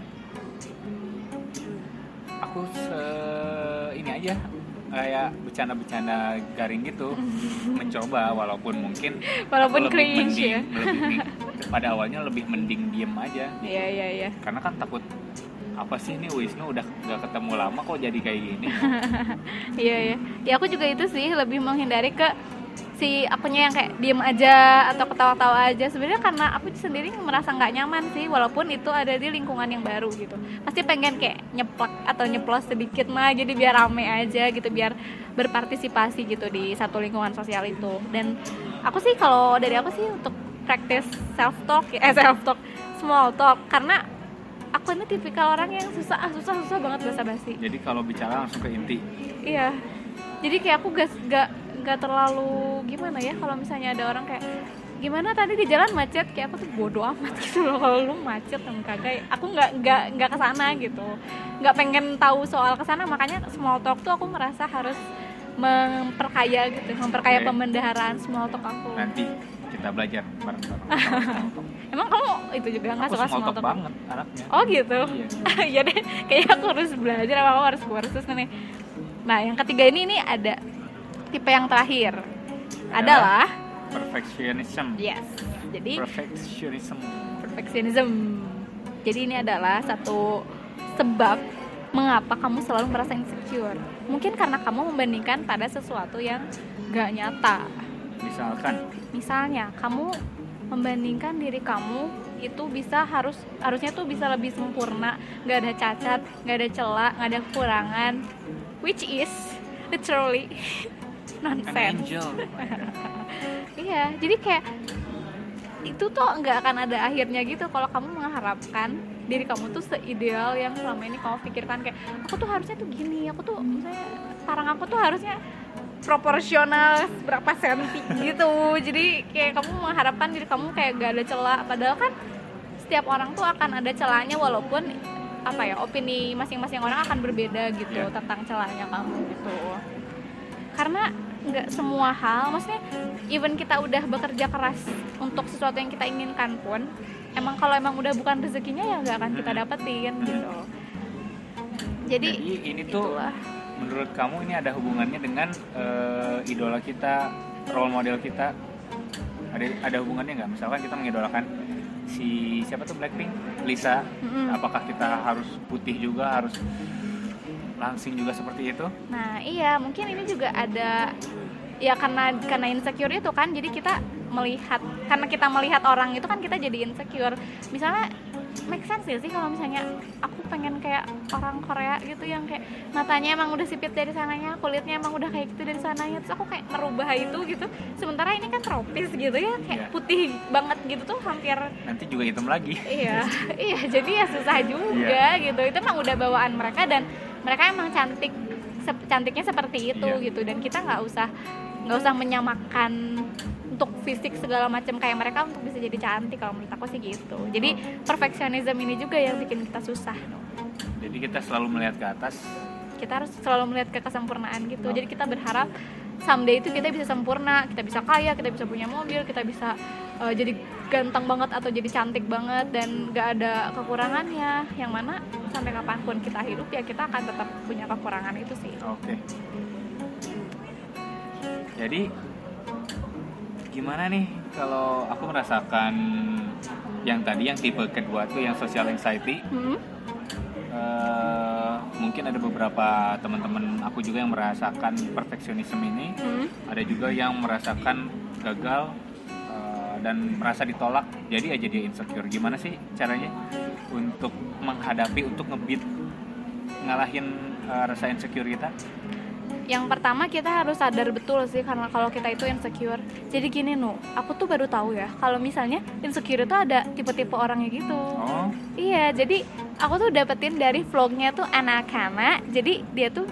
aku ini aja kayak bercanda-bercanda garing gitu, mencoba walaupun cringe mending, pada awalnya lebih mending diem aja gitu. Iya. Karena kan takut apa sih ini Wisnu udah gak ketemu lama kok jadi kayak gini. Iya. Ya aku juga itu sih lebih menghindari ke si akunya yang kayak diem aja atau ketawa-tawa aja, sebenarnya karena aku sendiri merasa nggak nyaman sih, walaupun itu ada di lingkungan yang baru gitu. Pasti pengen kayak nyeplak atau nyeplos sedikit mah, jadi biar rame aja gitu, biar berpartisipasi gitu di satu lingkungan sosial itu. Dan aku sih kalau dari aku sih untuk practice self talk small talk, karena aku ini tipikal orang yang susah banget basa-basi. Jadi kalau bicara langsung ke inti. Iya. Jadi kayak aku gak terlalu gimana ya, kalau misalnya ada orang kayak gimana tadi di jalan macet, kayak aku tuh bodo amat gitu loh, kalau lu macet dan kagak, aku nggak kesana gitu, nggak pengen tahu soal kesana. Makanya small talk tuh aku merasa harus memperkaya pembendaharaan small talk aku. Nanti kita belajar bareng-bareng. Emang kamu itu juga nggak suka small talk banget anaknya? Oh gitu. Iya. Ya deh, kayaknya aku harus belajar, apa aku harus kursus nih. Nah yang ketiga ini ada tipe yang terakhir adalah perfectionism. Yes. Jadi perfectionism. Jadi ini adalah satu sebab mengapa kamu selalu merasa insecure. Mungkin karena kamu membandingkan pada sesuatu yang gak nyata. Misalnya kamu membandingkan diri kamu itu harusnya tuh bisa lebih sempurna, gak ada cacat, gak ada celah, gak ada kekurangan, which is literally nonsense. Iya, jadi kayak itu tuh nggak akan ada akhirnya gitu kalau kamu mengharapkan diri kamu tuh seideal yang selama ini kamu pikirkan. Kayak aku tuh harusnya tuh gini, aku tuh misalnya parang aku tuh harusnya proporsional berapa senti gitu. Jadi kayak kamu mengharapkan diri kamu kayak gak ada celah, padahal kan setiap orang tuh akan ada celahnya, walaupun opini masing-masing orang akan berbeda gitu tentang celahnya kamu gitu. Karena nggak semua hal, maksudnya even kita udah bekerja keras untuk sesuatu yang kita inginkan pun, kalau emang udah bukan rezekinya ya nggak akan kita dapetin gitu. Jadi ini tuh menurut kamu ini ada hubungannya dengan idola kita, role model kita, ada hubungannya nggak? Misalkan kita mengidolakan si siapa tuh Blackpink, Lisa, apakah kita harus putih juga, harus langsing juga seperti itu? Nah iya, mungkin ini juga ada ya, karena insecure itu kan, jadi kita melihat orang itu kan kita jadi insecure. Misalnya make sense gak sih kalau misalnya aku pengen kayak orang Korea gitu yang kayak matanya emang udah sipit dari sananya, kulitnya emang udah kayak gitu dari sananya, terus aku kayak merubah itu gitu. Sementara ini kan tropis gitu ya, kayak putih banget gitu tuh, hampir nanti juga hitam lagi. Iya, jadi ya susah juga gitu. Itu emang udah bawaan mereka dan mereka emang cantiknya seperti itu gitu. Dan kita nggak usah menyamakan untuk fisik segala macam kayak mereka untuk bisa jadi cantik, kalau menurut aku sih gitu. Jadi perfectionism ini juga yang bikin kita susah. Jadi kita selalu melihat ke atas. Kita harus selalu melihat ke kesempurnaan gitu. Jadi kita berharap someday itu kita bisa sempurna, kita bisa kaya, kita bisa punya mobil, kita bisa jadi ganteng banget atau jadi cantik banget dan gak ada kekurangannya. Yang mana sampai kapanpun kita hidup ya kita akan tetap punya kekurangan itu sih. Oke. Jadi gimana nih kalau aku merasakan yang tadi, yang tipe kedua tuh yang social anxiety. Mungkin ada beberapa teman-teman aku juga yang merasakan perfectionism ini. Ada juga yang merasakan gagal dan merasa ditolak, jadi aja dia insecure. Gimana sih caranya untuk menghadapi, untuk ngalahin rasa insecure kita? Yang pertama kita harus sadar betul sih, karena kalau kita itu insecure. Jadi gini aku tuh baru tahu ya kalau misalnya insecure itu ada tipe-tipe orangnya gitu. Oh. Iya, jadi aku tuh dapetin dari vlognya tuh anak-anak. Jadi dia tuh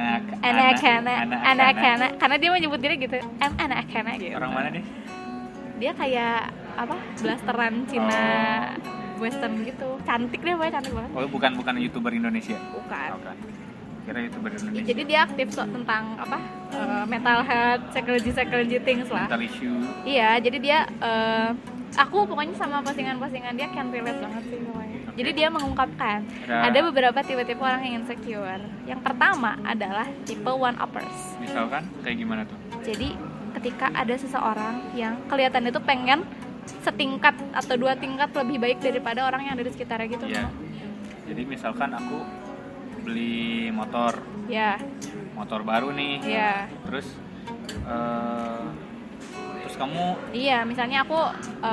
anak-anak karena dia menyebut diri gitu, anak-anak gitu. Orang mana deh? Dia kayak blasteran Cina, western gitu. Cantik deh, cantik banget. Oh, bukan YouTuber Indonesia. Bukan. Kira YouTuber Indonesia. Jadi dia aktif tentang mental health, psychology things lah. Mental issue. Iya, jadi dia aku pokoknya sama postingan-postingan dia can relate banget sih pokoknya. Okay. Jadi dia mengungkapkan ada beberapa tipe-tipe orang yang insecure. Yang pertama adalah tipe one-uppers. Misalkan kayak gimana tuh? Jadi ketika ada seseorang yang kelihatannya tuh pengen setingkat atau 2 tingkat lebih baik daripada orang yang ada di sekitarnya gitu. Iya. Jadi misalkan aku beli motor. Iya. Motor baru nih. Iya. Terus kamu iya, misalnya aku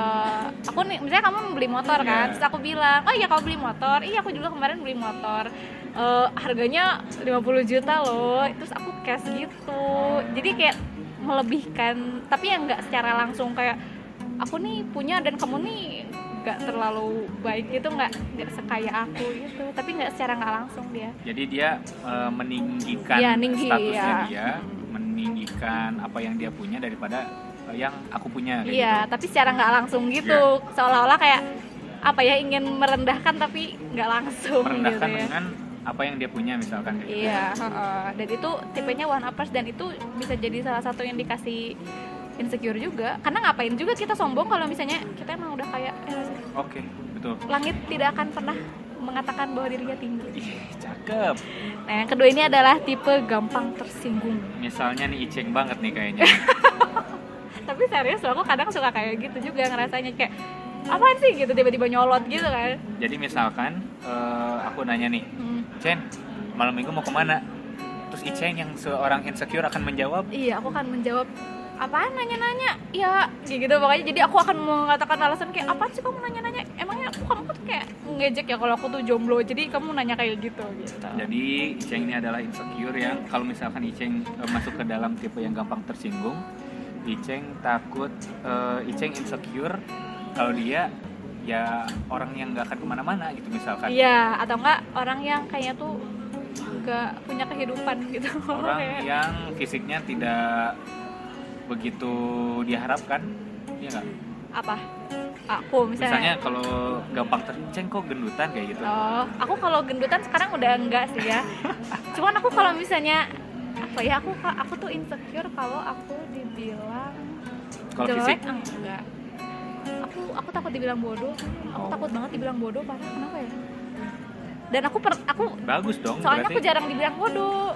nih, misalnya kamu beli motor kan, terus aku bilang, oh iya kamu beli motor, iya aku juga kemarin beli motor, harganya 50 juta loh, terus aku cash gitu. Jadi kayak melebihkan, tapi yang nggak secara langsung kayak aku nih punya dan kamu nih nggak terlalu baik gitu, nggak sekaya aku gitu, tapi nggak secara nggak langsung dia. Jadi dia meninggikan statusnya dia, meninggikan apa yang dia punya daripada yang aku punya. Kayak iya, gitu. Tapi secara nggak langsung gitu, seolah-olah kayak apa ya, ingin merendahkan tapi nggak langsung. Merendahkan gitu ya. dengan apa yang dia punya misalkan. Kayak iya, dan itu tipenya one uppers dan itu bisa jadi salah satu indikasi insecure juga, karena ngapain juga kita sombong kalau misalnya kita emang udah kayak Oke, betul. Langit tidak akan pernah mengatakan bahwa dirinya tinggi. Cakep. Nah, yang kedua ini adalah tipe gampang tersinggung. Misalnya nih Iceng banget nih kayaknya. Tapi serius loh, aku kadang suka kayak gitu juga ngerasanya, kayak apaan sih gitu, tiba-tiba nyolot gitu kan. Jadi misalkan aku nanya nih, Cen, malam minggu mau kemana? Terus Iceng yang seorang insecure akan menjawab, iya, aku akan menjawab, apaan nanya-nanya? Ya, gitu pokoknya. Jadi aku akan mengatakan alasan kayak, apaan sih kamu nanya-nanya? Emangnya kamu tuh kayak ngejek ya kalau aku tuh jomblo, jadi kamu nanya kayak gitu. Jadi Iceng ini adalah insecure yang kalau misalkan Iceng masuk ke dalam tipe yang gampang tersinggung, Iceng takut, Iceng insecure kalau dia ya orang yang nggak akan kemana-mana gitu misalkan. Iya, atau enggak orang yang kayaknya tuh nggak punya kehidupan gitu. Orang yang fisiknya tidak begitu diharapkan, iya nggak? Apa? Aku misalnya kalau gampang Ceng kok gendutan kayak gitu. Oh, aku kalau gendutan sekarang udah enggak sih ya. Cuman aku kalau misalnya apa ya, aku tuh insecure kalau aku dibilang jelek, enggak. Aku takut dibilang bodoh. Aku takut banget dibilang bodoh, parah. Kenapa ya? Dan aku bagus dong. Soalnya berarti... aku jarang dibilang bodoh.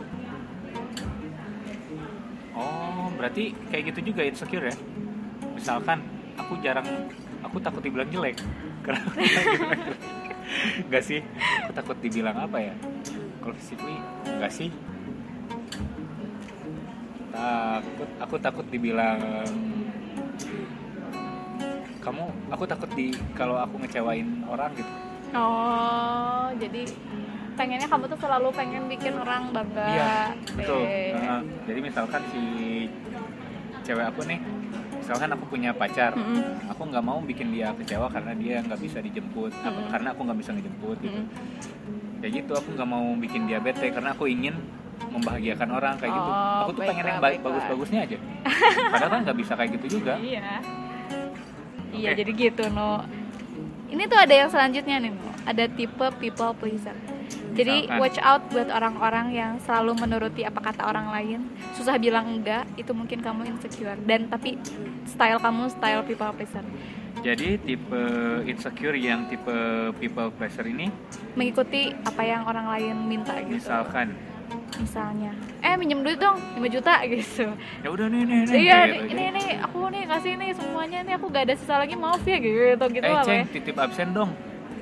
Oh, berarti kayak gitu juga insecure ya. Misalkan aku takut dibilang jelek. Enggak sih. Aku takut dibilang apa ya? Kalau physically enggak sih. Aku takut dibilang aku takut kalau aku ngecewain orang gitu. Oh, jadi pengennya kamu tuh selalu pengen bikin orang bangga. Iya, betul. Jadi misalkan si cewek aku nih, misalkan aku punya pacar, aku nggak mau bikin dia kecewa karena dia nggak bisa dijemput, karena aku nggak bisa ngejemput gitu. Kayak gitu, aku nggak mau bikin dia bete karena aku ingin membahagiakan orang kayak gitu. Aku tuh pengen yang bagus-bagusnya aja. Padahal kan nggak bisa kayak gitu juga. Iya. Iya, jadi gitu, No. Ini tuh ada yang selanjutnya nih, No. Ada tipe people pleaser. Jadi watch out buat orang-orang yang selalu menuruti apa kata orang lain, susah bilang enggak, itu mungkin kamu insecure. Dan tapi style kamu style people pleaser. Jadi tipe insecure yang tipe people pleaser ini mengikuti apa yang orang lain minta gitu. Misalnya, minjem duit dong 5 juta gitu. Ya udah nih. Iya, ini aku nih kasih nih semuanya nih, aku gak ada sisa lagi, maaf ya gitu lah. Ceng, titip absen dong.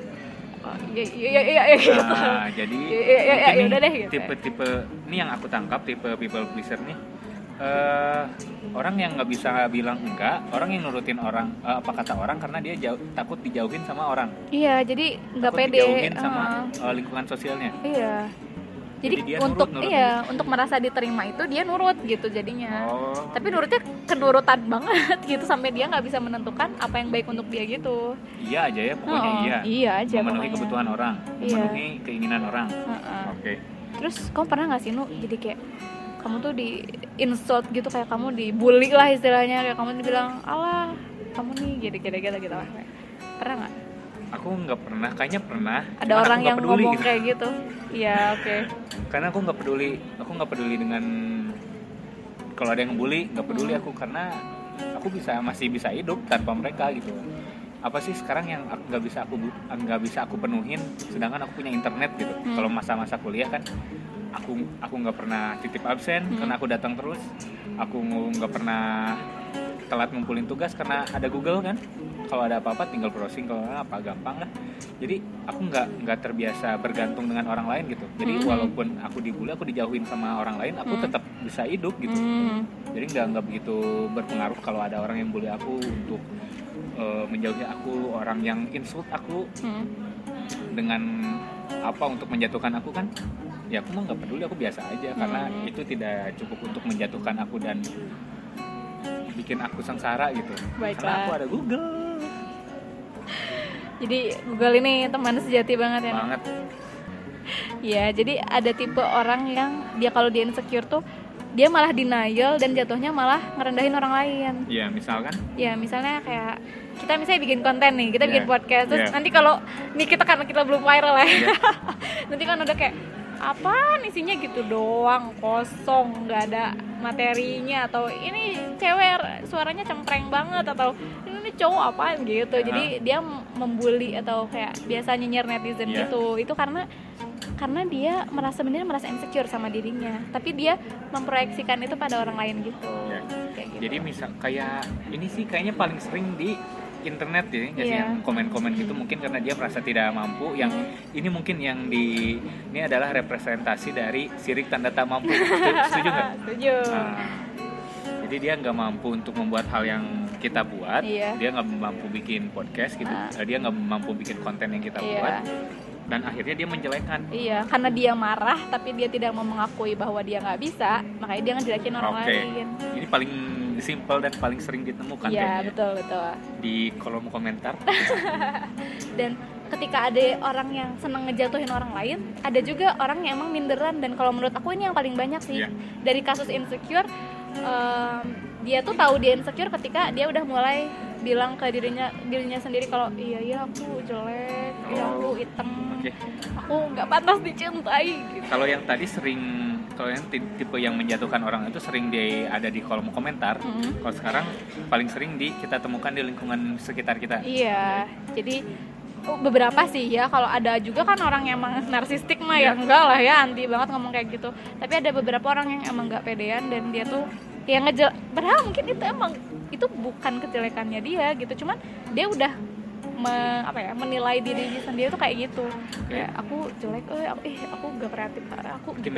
Iya gitu. Nah, jadi ya udah deh gitu. Tipe ini yang aku tangkap, tipe people pleaser nih. Orang yang nggak bisa bilang enggak, orang yang nurutin orang apa kata orang karena dia takut dijauhin sama orang. Iya, jadi nggak pede. Dijauhin sama lingkungan sosialnya. Iya. Jadi untuk merasa diterima itu dia nurut gitu jadinya. Tapi nurutnya kenurutan banget gitu sampai dia nggak bisa menentukan apa yang baik untuk dia gitu. Iya aja ya, pokoknya iya. Iya aja. Memenuhi kebutuhan orang, memenuhi keinginan orang. Oke. Terus kamu pernah nggak sih, Nu? Jadi kayak kamu tuh di insult gitu, kayak kamu dibully lah istilahnya, kayak kamu dibilang, alah kamu nih gitu. Pernah nggak? Aku nggak pernah, kayaknya pernah. Ada orang yang ngomong gitu. Kayak gitu. Iya, oke. Karena aku nggak peduli dengan kalau ada yang ngebully, nggak peduli aku karena aku masih bisa hidup tanpa mereka gitu. Apa sih sekarang yang nggak bisa aku penuhin, sedangkan aku punya internet gitu. Kalau masa-masa kuliah kan, aku nggak pernah titip absen karena aku datang terus. Aku nggak pernah telat ngumpulin tugas karena ada Google kan. kalau ada apa-apa tinggal browsing, kalau apa gampang lah. Jadi aku nggak terbiasa bergantung dengan orang lain gitu. Jadi walaupun aku dibully, aku dijauhin sama orang lain, aku tetap bisa hidup gitu. Jadi nggak begitu berpengaruh kalau ada orang yang bully aku untuk menjauhi aku, orang yang insult aku dengan apa untuk menjatuhkan aku kan. Ya aku mah nggak peduli, aku biasa aja karena itu tidak cukup untuk menjatuhkan aku dan bikin aku sengsara gitu. Baiklah. Karena aku ada Google. Jadi Google ini teman sejati banget ya. Banget. Ya, jadi ada tipe orang yang dia kalau dia insecure tuh dia malah denial dan jatuhnya malah ngerendahin orang lain. Iya, misalkan? Ya, misalnya kayak kita misalnya bikin konten nih, kita bikin podcast terus nanti kalau nih kita karena kita belum viral ya. Nanti kan udah kayak apaan isinya gitu doang, kosong, nggak ada materinya, atau ini cewek suaranya cempreng banget, atau ini cowok apaan gitu. Jadi dia membuli atau kayak biasa nyinyir netizen gitu. Itu karena dia merasa insecure sama dirinya, tapi dia memproyeksikan itu pada orang lain gitu. Kayak gitu. Jadi misal kayak ini sih kayaknya paling sering di internet ya, yang komen-komen gitu, mungkin karena dia merasa tidak mampu. Yang ini mungkin yang ini adalah representasi dari sirik tanda tak mampu. Setuju nggak? Setuju. Jadi dia nggak mampu untuk membuat hal yang kita buat, dia nggak mampu bikin podcast gitu, dia nggak mampu bikin konten yang kita buat, dan akhirnya dia menjelekkan. Iya, karena dia marah tapi dia tidak mau mengakui bahwa dia nggak bisa, makanya dia ngejelekin orang lain. Ini paling simple dan paling sering ditemukan kayaknya. Betul. Di kolom komentar. Dan ketika ada orang yang seneng ngejatuhin orang lain, ada juga orang yang emang minderan. Dan kalau menurut aku ini yang paling banyak sih dari kasus insecure. Dia tuh tahu dia insecure ketika dia udah mulai bilang ke dirinya sendiri kalau iya aku jelek, aku hitam, aku nggak pantas dicintai gitu. Kalau yang tadi kalau yang tipe yang menjatuhkan orang itu sering ada di kolom komentar. Kalau sekarang paling sering kita temukan di lingkungan sekitar kita. Iya, jadi beberapa sih ya. Kalau ada juga kan orang yang emang narsistik mah ya enggak lah ya, anti banget ngomong kayak gitu. Tapi ada beberapa orang yang emang nggak pedean dan dia tuh yang padahal mungkin itu bukan kejelekannya dia gitu, cuman dia udah menilai diri sendiri tuh kayak gitu. Kayak aku jelek, aku gak kreatif, aku gitu.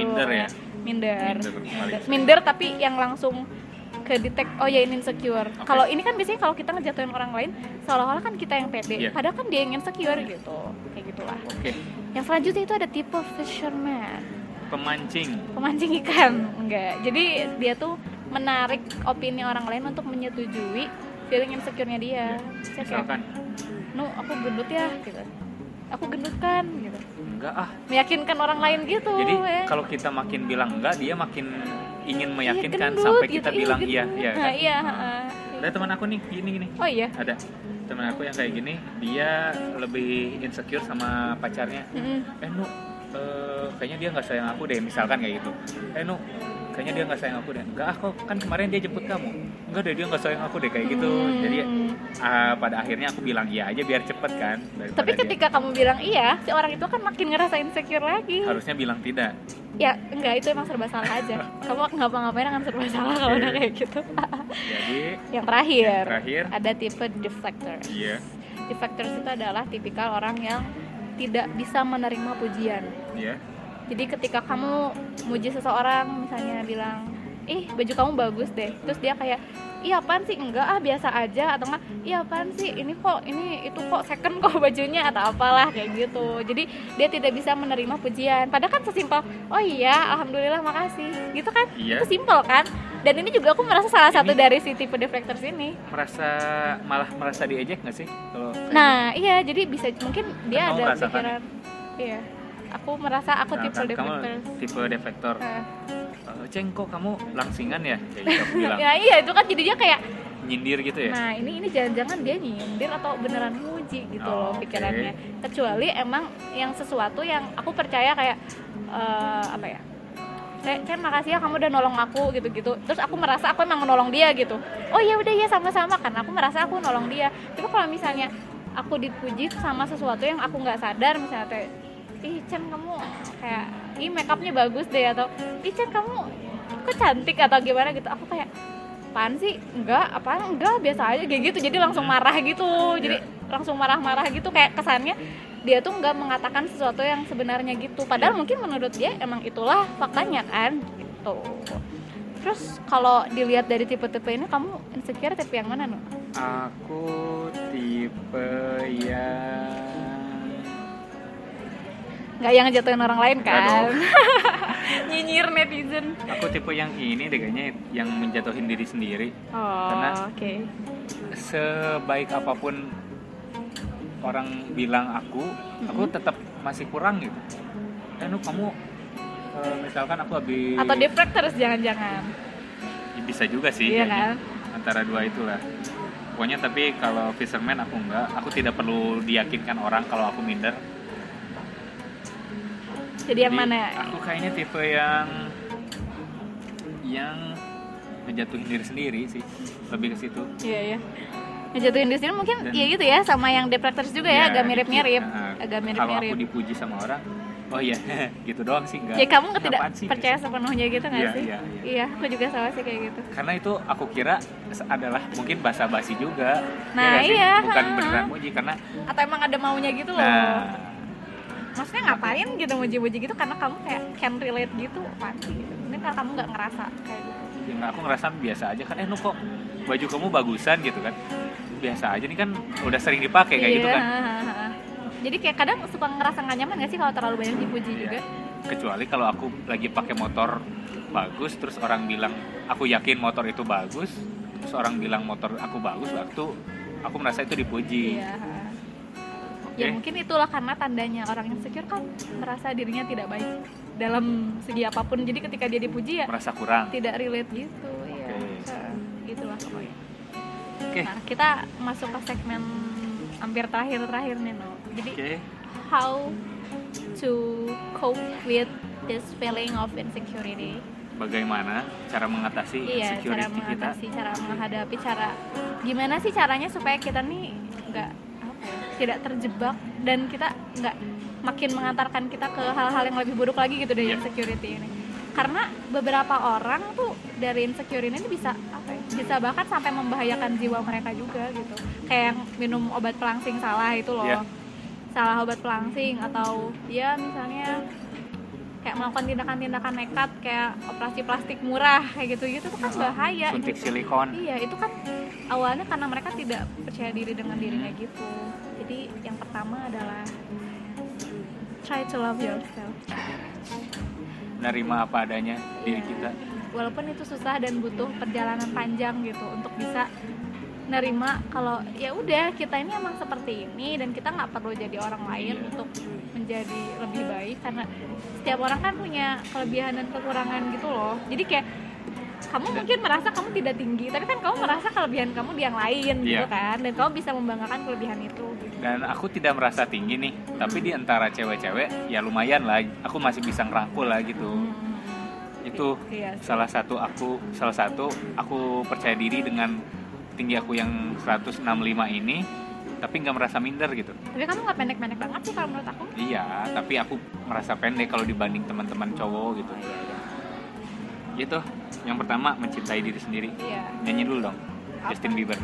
Minder tapi yang langsung ke detect, ini insecure. Kalau ini kan biasanya kalau kita ngejatuhin orang lain seolah-olah kan kita yang pede, padahal kan dia yang insecure gitu. Kayak gitulah. Yang selanjutnya itu ada tipe fisherman, pemancing ikan. Enggak, jadi dia tuh menarik opini orang lain untuk menyetujui feeling insecure-nya dia. Misalkan, aku gendut ya gitu. Aku gendut kan gitu. Enggak meyakinkan orang lain gitu. Jadi kalau kita makin bilang enggak, dia makin ingin meyakinkan sampai kita bilang iya kan? Ada teman aku nih gini. Oh iya. Ada teman aku yang kayak gini, dia lebih insecure sama pacarnya. Kayaknya dia nggak sayang aku deh, misalkan kayak gitu. Kayaknya dia nggak sayang aku deh. Enggak kok, kan kemarin dia jemput kamu. Enggak deh, dia nggak sayang aku deh, kayak gitu. Jadi pada akhirnya aku bilang iya aja biar cepet kan. Tapi ketika kamu bilang iya, si orang itu kan makin ngerasa insecure lagi. Harusnya bilang tidak. Ya enggak, itu emang serba salah aja. Kamu ngapa-ngapain akan serba salah kalau udah kayak gitu. Jadi yang terakhir ada tipe deflectors. Deflectors itu adalah tipikal orang yang tidak bisa menerima pujian. Jadi ketika kamu muji seseorang, misalnya bilang, baju kamu bagus deh, terus dia kayak, apaan sih, enggak biasa aja, atau enggak, apaan sih, itu kok second kok bajunya, atau apalah kayak gitu. Jadi dia tidak bisa menerima pujian. Padahal kan sesimpel, alhamdulillah, makasih, gitu kan? Itu simpel kan? Dan ini juga aku merasa salah satu dari si tipe deflectors ini. Malah merasa diejek nggak sih? Iya, jadi bisa mungkin dia ada pikiran, aku merasa aku tipe deflector. Tipe deflector. Ceng, kok kamu langsingan ya? Kayak gitu aku bilang. Iya, itu kan jadinya kayak nyindir gitu ya. Nah, ini jangan-jangan dia nyindir atau beneran muji gitu loh pikirannya. Kecuali emang yang sesuatu yang aku percaya kayak Cen, makasih ya kamu udah nolong aku gitu-gitu. Terus aku merasa aku emang menolong dia gitu. Oh ya udah ya, sama-sama, karena aku merasa aku nolong dia. Tapi kalau misalnya aku dipuji sama sesuatu yang aku nggak sadar, misalnya Cen kamu kayak make upnya bagus deh, atau Cen kamu kok cantik atau gimana gitu, aku kayak apaan sih, enggak biasa aja kayak gitu. Jadi langsung marah gitu, jadi langsung marah-marah gitu, kayak kesannya dia tuh nggak mengatakan sesuatu yang sebenarnya gitu, padahal mungkin menurut dia emang itulah faktanya kan gitu. Terus kalau dilihat dari tipe-tipe ini, kamu insecure tipe yang mana, Nuh? Aku tipe yang nggak yang ngejatuhin orang lain kan? Nyinyir netizen. Aku tipe yang ini deh kayaknya, yang menjatuhin diri sendiri. Karena sebaik apapun orang bilang aku tetap masih kurang gitu. Kamu misalkan aku habis atau deflect terus, jangan-jangan ya, bisa juga sih iya kan? Antara dua itulah pokoknya. Tapi kalau fisherman aku enggak, aku tidak perlu diyakinkan orang kalau aku minder. Jadi yang mana ya? Aku kayaknya tipe yang ngejatuhin diri sendiri sih, lebih ke situ. Iya ngejatuhin diri sendiri mungkin. Dan, ya gitu ya, sama yang deflectors juga ya, agak mirip-mirip. Kalau aku dipuji sama orang, oh iya, gitu doang sih, enggak. Ya kamu tidak percaya sepenuhnya gitu nggak sih? Iya, aku juga sama sih kayak gitu. Karena itu aku kira adalah mungkin basa-basi juga. Nah iya. Bukan beneran muji karena. Atau emang ada maunya gitu loh. Maksudnya ngapain gitu muji-muji gitu, karena kamu kayak can relate gitu, apaan sih gitu. Ini karena kamu nggak ngerasa kayak gitu. Ya aku ngerasa biasa aja kan. Nuh kok baju kamu bagusan gitu kan. Biasa aja nih kan, udah sering dipakai kayak gitu kan. Jadi kayak kadang suka ngerasa nggak nyaman nggak sih kalau terlalu banyak dipuji juga? Kecuali kalau aku lagi pakai motor bagus, terus orang bilang, aku yakin motor itu bagus, terus orang bilang motor aku bagus, waktu aku merasa itu dipuji. Ya mungkin itulah karena tandanya orang yang insecure kan merasa dirinya tidak baik dalam segi apapun. Jadi ketika dia dipuji ya merasa kurang, tidak relate gitu. Gitulah pokoknya. Nah, kita masuk ke segmen hampir terakhir nih, no. Jadi how to cope with this feeling of insecurity? Bagaimana cara mengatasi insecurity kita? Cara menghadapi, gimana sih caranya supaya kita nih tidak terjebak dan kita nggak makin mengantarkan kita ke hal-hal yang lebih buruk lagi gitu dari insecurity ini. Karena beberapa orang tuh dari insecurity ini bisa bahkan sampai membahayakan jiwa mereka juga gitu. Kayak yang minum obat pelangsing salah itu loh. Salah obat pelangsing, atau ya misalnya kayak melakukan tindakan-tindakan nekat kayak operasi plastik murah kayak gitu tuh kan bahaya. Suntik gitu. silikon. Iya, itu kan awalnya karena mereka tidak percaya diri dengan dirinya gitu. Jadi yang pertama adalah try to love yourself. Menerima apa adanya diri kita. Walaupun itu susah dan butuh perjalanan panjang gitu untuk bisa nerima kalau ya udah kita ini emang seperti ini dan kita nggak perlu jadi orang lain untuk menjadi lebih baik, karena setiap orang kan punya kelebihan dan kekurangan gitu loh. Jadi kayak kamu mungkin merasa kamu tidak tinggi, tapi kan kamu merasa kelebihan kamu di yang lain gitu kan, dan kamu bisa membanggakan kelebihan itu gitu. Dan aku tidak merasa tinggi nih, tapi di antara cewek-cewek ya lumayan lah, aku masih bisa ngerangkul lah gitu. Itu salah satu aku percaya diri dengan tinggi aku yang 165 ini, tapi nggak merasa minder gitu. Tapi kamu nggak pendek-pendek banget sih kalau menurut aku. Iya, tapi aku merasa pendek kalau dibanding teman-teman cowok gitu. Gitu. Yang pertama mencintai diri sendiri. Nyanyi dulu dong. Apa? Justin Bieber.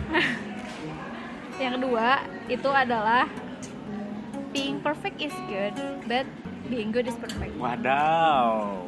Yang kedua itu adalah being perfect is good, but being good is perfect. Wadaw.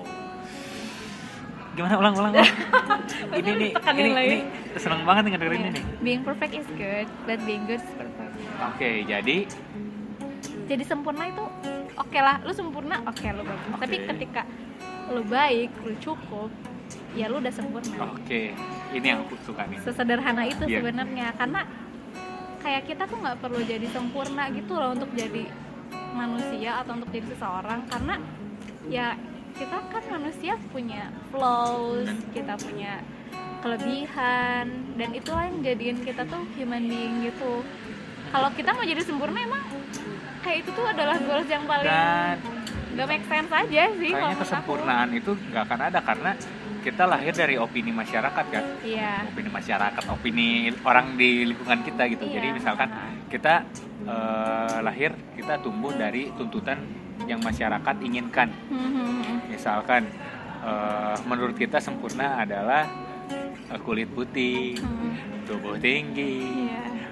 Gimana ulang. ini seneng banget dengerin ini. Being perfect is good, but being good is perfect. Oke, jadi sempurna itu oke lah, lu sempurna, oke lu bagus. Tapi ketika lu baik, lu cukup, ya lu udah sempurna. Oke, ini yang aku suka nih. Sesederhana itu sebenarnya, karena kayak kita tuh nggak perlu jadi sempurna gitu loh untuk jadi manusia atau untuk jadi seseorang, karena ya kita kan manusia punya flaws, kita punya kelebihan, dan itulah yang jadiin kita tuh human being gitu. Kalau kita mau jadi sempurna, emang kayak itu tuh adalah goals yang paling gak make sense aja sih. Kayaknya kesempurnaan itu gak akan ada, karena kita lahir dari opini masyarakat kan. Opini masyarakat, opini orang di lingkungan kita gitu. Jadi misalkan kita lahir, kita tumbuh dari tuntutan yang masyarakat inginkan. Misalkan menurut kita sempurna adalah kulit putih, tubuh tinggi,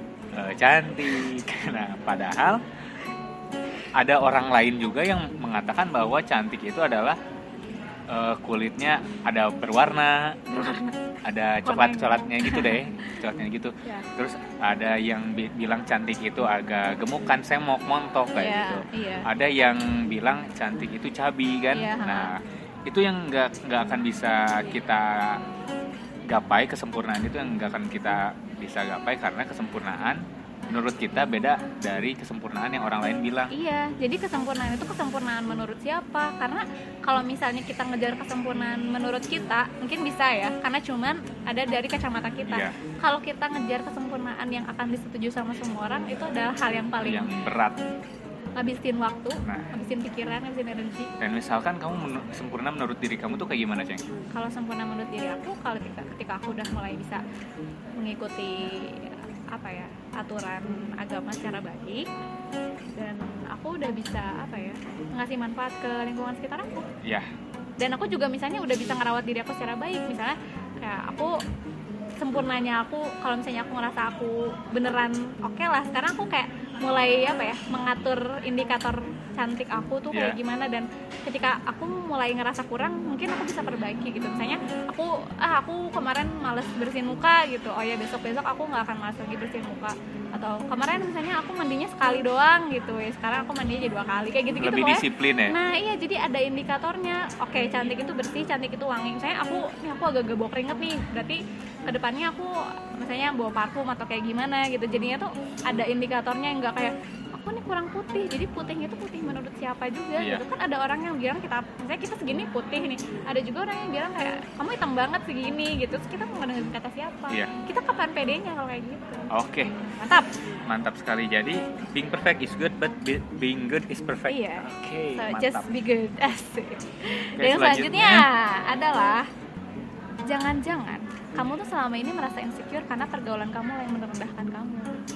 cantik. Nah, padahal ada orang lain juga yang mengatakan bahwa cantik itu adalah kulitnya ada berwarna, ada coklatnya gitu deh, coklatnya gitu. Terus ada yang bilang cantik itu agak gemukan, semok, montok kayak gitu. Ada yang bilang cantik itu cabi kan. Nah, itu yang nggak akan bisa kita gapai, kesempurnaan itu yang nggak akan kita bisa gapai karena kesempurnaan menurut kita beda dari kesempurnaan yang orang lain bilang. Iya, jadi kesempurnaan itu kesempurnaan menurut siapa? Karena kalau misalnya kita ngejar kesempurnaan menurut kita, mungkin bisa ya, karena cuman ada dari kacamata kita. Kalau kita ngejar kesempurnaan yang akan disetujui sama semua orang, itu adalah hal yang paling berat. Ngabisin waktu, ngabisin pikiran, ngabisin energi. Dan misalkan kamu sempurna menurut diri kamu tuh kayak gimana, Ceng? Kalau sempurna menurut diri aku, kalau ketika aku udah mulai bisa mengikuti aturan agama secara baik, dan aku udah bisa ngasih manfaat ke lingkungan sekitar aku. Dan aku juga misalnya udah bisa ngerawat diri aku secara baik, misalnya kayak aku sempurnanya aku, kalau misalnya aku ngerasa aku beneran oke lah, sekarang aku kayak mulai mengatur indikator cantik aku tuh kayak gimana, dan ketika aku mulai ngerasa kurang, mungkin aku bisa perbaiki gitu. Misalnya aku kemarin males bersihin muka gitu, oh ya besok aku nggak akan males lagi bersihin muka. Atau kemarin misalnya aku mandinya sekali doang gitu, ya sekarang aku mandinya jadi 2 kali, kayak gitu lebih disiplin ya. Nah iya, jadi ada indikatornya. Oke, cantik itu bersih, cantik itu wangi. Misalnya aku agak-agak bawa keringet nih, berarti kedepannya aku misalnya bawa parfum atau kayak gimana gitu. Jadinya tuh ada indikatornya, yang nggak kayak aku nih kurang putih, jadi putihnya itu putih menurut siapa juga gitu kan. Ada orang yang bilang misalnya kita segini putih nih, ada juga orang yang bilang kayak kamu hitam banget segini gitu. Terus kita mau dengerin kata siapa? Kita kapan pedenya kalau kayak gitu? Oke. Mantap sekali. Jadi being perfect is good, but being good is perfect. Oke, so mantap. Just be good. Asik. Dan selanjutnya adalah jangan-jangan kamu tuh selama ini merasa insecure karena pergaulan kamu yang merendahkan kamu.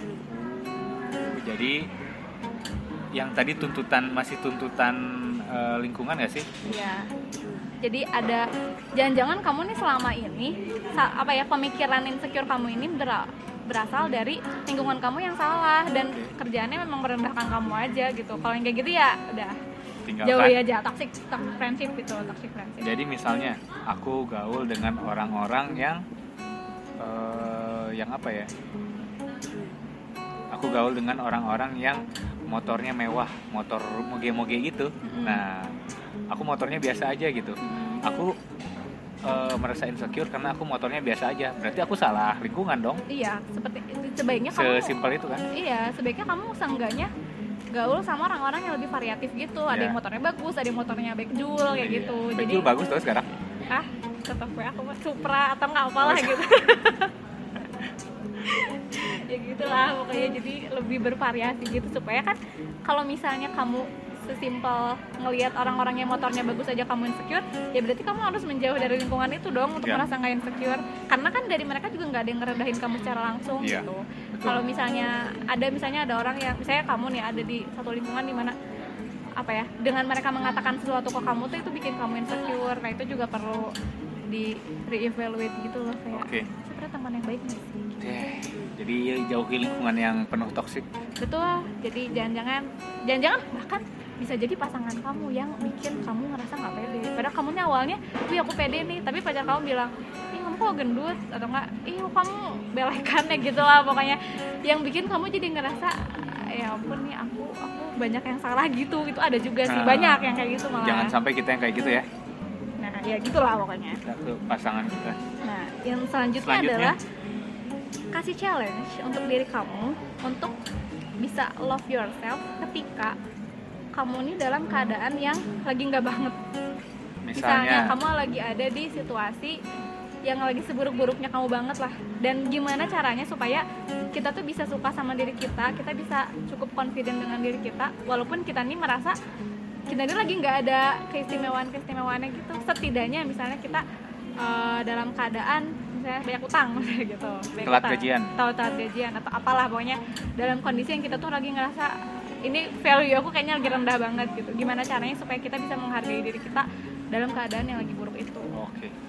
Jadi yang tadi masih tuntutan lingkungan gak sih? Iya. Jadi ada jangan-jangan kamu nih selama ini pemikiran insecure kamu ini berasal dari lingkungan kamu yang salah, dan kerjaannya memang merendahkan kamu aja gitu. Kalau yang kayak gitu ya udah tinggalkan, jauhi aja, toxic friendship gitu, toxic friendship. Jadi misalnya aku gaul dengan orang-orang yang aku gaul dengan orang-orang yang motornya mewah, motor moge-moge gitu. Nah, aku motornya biasa aja gitu. Aku merasa insecure karena aku motornya biasa aja. Berarti aku salah lingkungan dong. Iya, sebaiknya kamu sesimpel itu kan. Iya, sebaiknya kamu seenggaknya gaul sama orang-orang yang lebih variatif gitu. Ada yang motornya bagus, ada yang motornya backjul kayak gitu. Backjul bagus tuh sekarang. Tetap aku Supra atau nggak apalah gitu. Ya gitulah pokoknya, jadi lebih bervariasi gitu, supaya kan kalau misalnya kamu sesimpel ngelihat orang-orang yang motornya bagus aja kamu insecure, ya berarti kamu harus menjauh dari lingkungan itu dong untuk merasa nggak insecure, karena kan dari mereka juga nggak ada yang ngerendahin kamu secara langsung gitu. Kalau misalnya ada orang yang misalnya kamu nih ada di satu lingkungan di mana dengan mereka mengatakan sesuatu ke kamu tuh itu bikin kamu insecure, nah itu juga perlu di re-evaluate gitu loh, kayak sebenarnya teman yang baik nih sih. Jadi jauhi lingkungan yang penuh toksik. Betul. Jadi jangan-jangan bahkan bisa jadi pasangan kamu yang bikin kamu ngerasa nggak pede. Padahal kamunya awalnya, aku pede nih, tapi pacar kamu bilang, kamu kok gendut, atau enggak, kamu belekan ya gitu lah pokoknya, yang bikin kamu jadi ngerasa ya ampun nih aku banyak yang salah gitu. Itu ada juga sih, banyak yang kayak gitu malah. Jangan sampai kita yang kayak gitu ya. Nah ya gitulah pokoknya. Kita ke pasangan kita. Nah yang selanjutnya adalah kasih challenge untuk diri kamu untuk bisa love yourself ketika kamu nih dalam keadaan yang lagi nggak banget. Misalnya kamu lagi ada di situasi yang lagi seburuk-buruknya kamu banget lah, dan gimana caranya supaya kita tuh bisa suka sama diri kita bisa cukup confident dengan diri kita, walaupun kita nih merasa kita ini lagi nggak ada keistimewaannya gitu. Setidaknya misalnya kita dalam keadaan misalnya banyak utang gitu, telat gajian atau apalah, pokoknya dalam kondisi yang kita tuh lagi ngerasa ini value aku kayaknya lagi rendah banget gitu. Gimana caranya supaya kita bisa menghargai diri kita dalam keadaan yang lagi buruk itu.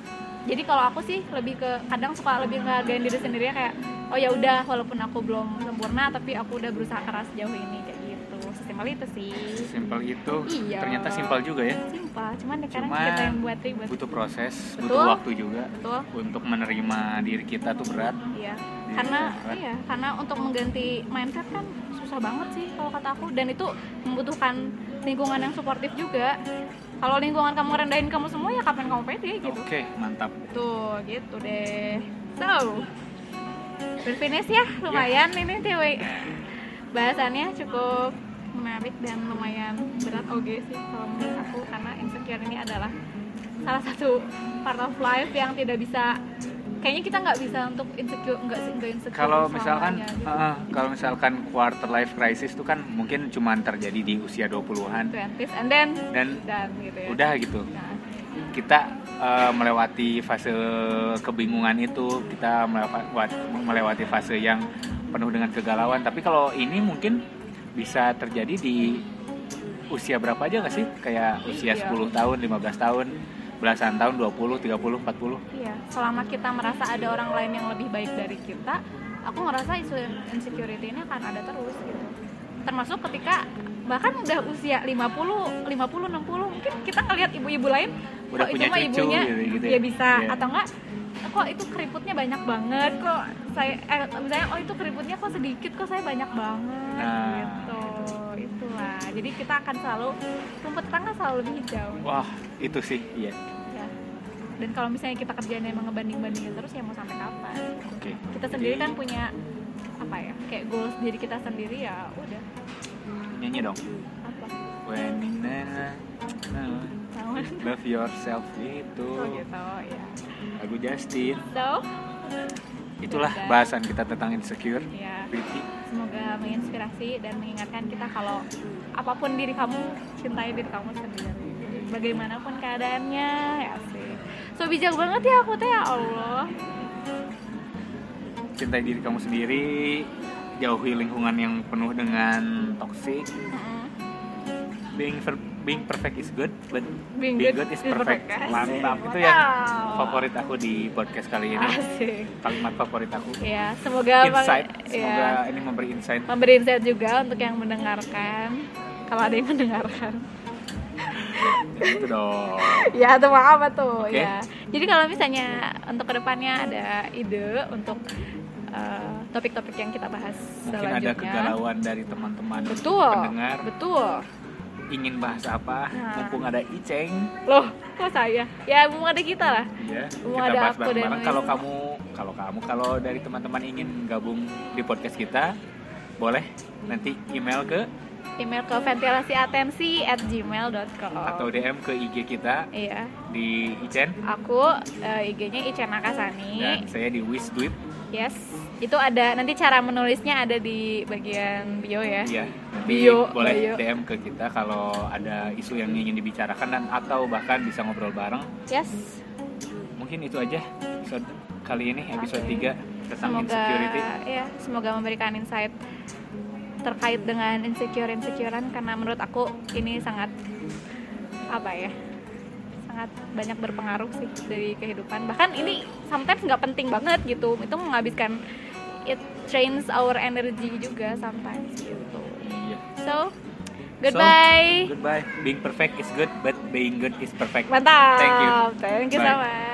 Jadi kalau aku sih lebih ke kadang suka lebih ngehargain diri sendiri kayak oh ya udah walaupun aku belum sempurna tapi aku udah berusaha keras sejauh ini kayak gitu. Sesimpel itu sih. Simpel itu. Iya. Ternyata simpel juga ya. Simpel, cuman kadang kita yang buat ribet. Butuh proses, Betul. butuh waktu juga. Betul. Untuk menerima diri kita tuh berat. Iya. Diri Karena untuk mengganti mindset kan susah banget sih kalau kata aku, dan itu membutuhkan lingkungan yang suportif juga. Kalau lingkungan kamu rendahin kamu semua ya kapan kamu pede gitu. Oke, mantap. Tuh, gitu deh. So, berfinish ya, lumayan ini cewek. Bahasannya cukup menarik dan lumayan berat oke sih kalau menurut aku, karena insecure ini adalah salah satu part of life yang tidak bisa, kayaknya kita nggak bisa untuk nggak insecure kalau misalkan gitu. Kalau misalkan quarter life crisis itu kan mungkin cuma terjadi di usia 20-an 20s and then gitu ya. Udah gitu. Nah. Kita melewati fase kebingungan itu, kita melewati fase yang penuh dengan kegalauan. Tapi kalau ini mungkin bisa terjadi di usia berapa aja nggak sih? Kayak usia 10 tahun, 15 tahun, belasan tahun, 20, 30, 40. Iya, selama kita merasa ada orang lain yang lebih baik dari kita, aku ngerasa isu insecurity ini akan ada terus gitu. Termasuk ketika bahkan udah usia 50, 60, mungkin kita ngelihat ibu-ibu lain udah kok punya itu mah cucu, ibunya gitu ya bisa, yeah. Atau enggak kok itu keriputnya banyak banget, kok saya misalnya oh itu keriputnya kok sedikit, kok saya banyak banget gitu. Itulah, jadi kita akan selalu rumput tetangga selalu lebih hijau. Wah, itu sih, iya. Ya. Dan kalau misalnya kita kerjanya emang ngebanding-bandingin terus ya mau sampai kapan? Oke. Kita sendiri kan punya apa ya, kayak goals diri kita sendiri, ya udah. Nyanyi dong. Apa? When love yourself itu. Oh gitu ya. Lagu Justin. So, itulah bahasan kita tentang insecure. Ya. Pretty. Semoga menginspirasi dan mengingatkan kita kalau apapun diri kamu, cintai diri kamu sendiri. Bagaimanapun keadaannya, ya sih. So bijak banget ya aku teh, ya Allah. Cintai diri kamu sendiri, jauhi lingkungan yang penuh dengan toksik. Being perfect is good, but being good is perfect. Mantap, itu yang favorit aku di podcast kali ini. Asik. Kalimat favorit aku. Ya, semoga ini memberi insight. Memberi insight juga untuk yang mendengarkan. Kalau ada yang mendengarkan. Gitu dong. Ya, itu apa tuh? Okay. Ya. Jadi kalau misalnya untuk kedepannya ada ide untuk topik-topik yang kita bahas mungkin selanjutnya. Ada kegalauan dari teman-teman pendengar. Betul. Ingin bahas apa? Mumpung ada Iceng. Loh, kok saya? Ya, mumpung ada kita lah. Iya. Mumpung Kita ada bahas aku dan bareng. Kalau dari teman-teman ingin gabung di podcast kita, boleh nanti email ke ventilasiatensi@gmail.com atau DM ke IG kita. Iya. Di Icen. Aku IG-nya Icen Nakasani. Dan saya di Wisdwip. Yes, itu ada nanti cara menulisnya ada di bagian bio ya. Iya. Boleh DM ke kita kalau ada isu yang ingin dibicarakan dan atau bahkan bisa ngobrol bareng. Yes. Mungkin itu aja episode kali ini, episode 3 tentang insecurity. Ya, semoga memberikan insight terkait dengan insecurean karena menurut aku ini sangat sangat banyak berpengaruh sih dari kehidupan. Bahkan ini sometimes nggak penting banget gitu, itu menghabiskan, it drains our energy juga sometimes gitu. Iya. So goodbye. Being perfect is good, but being good is perfect. Mantap. Thank you. Thank you so much.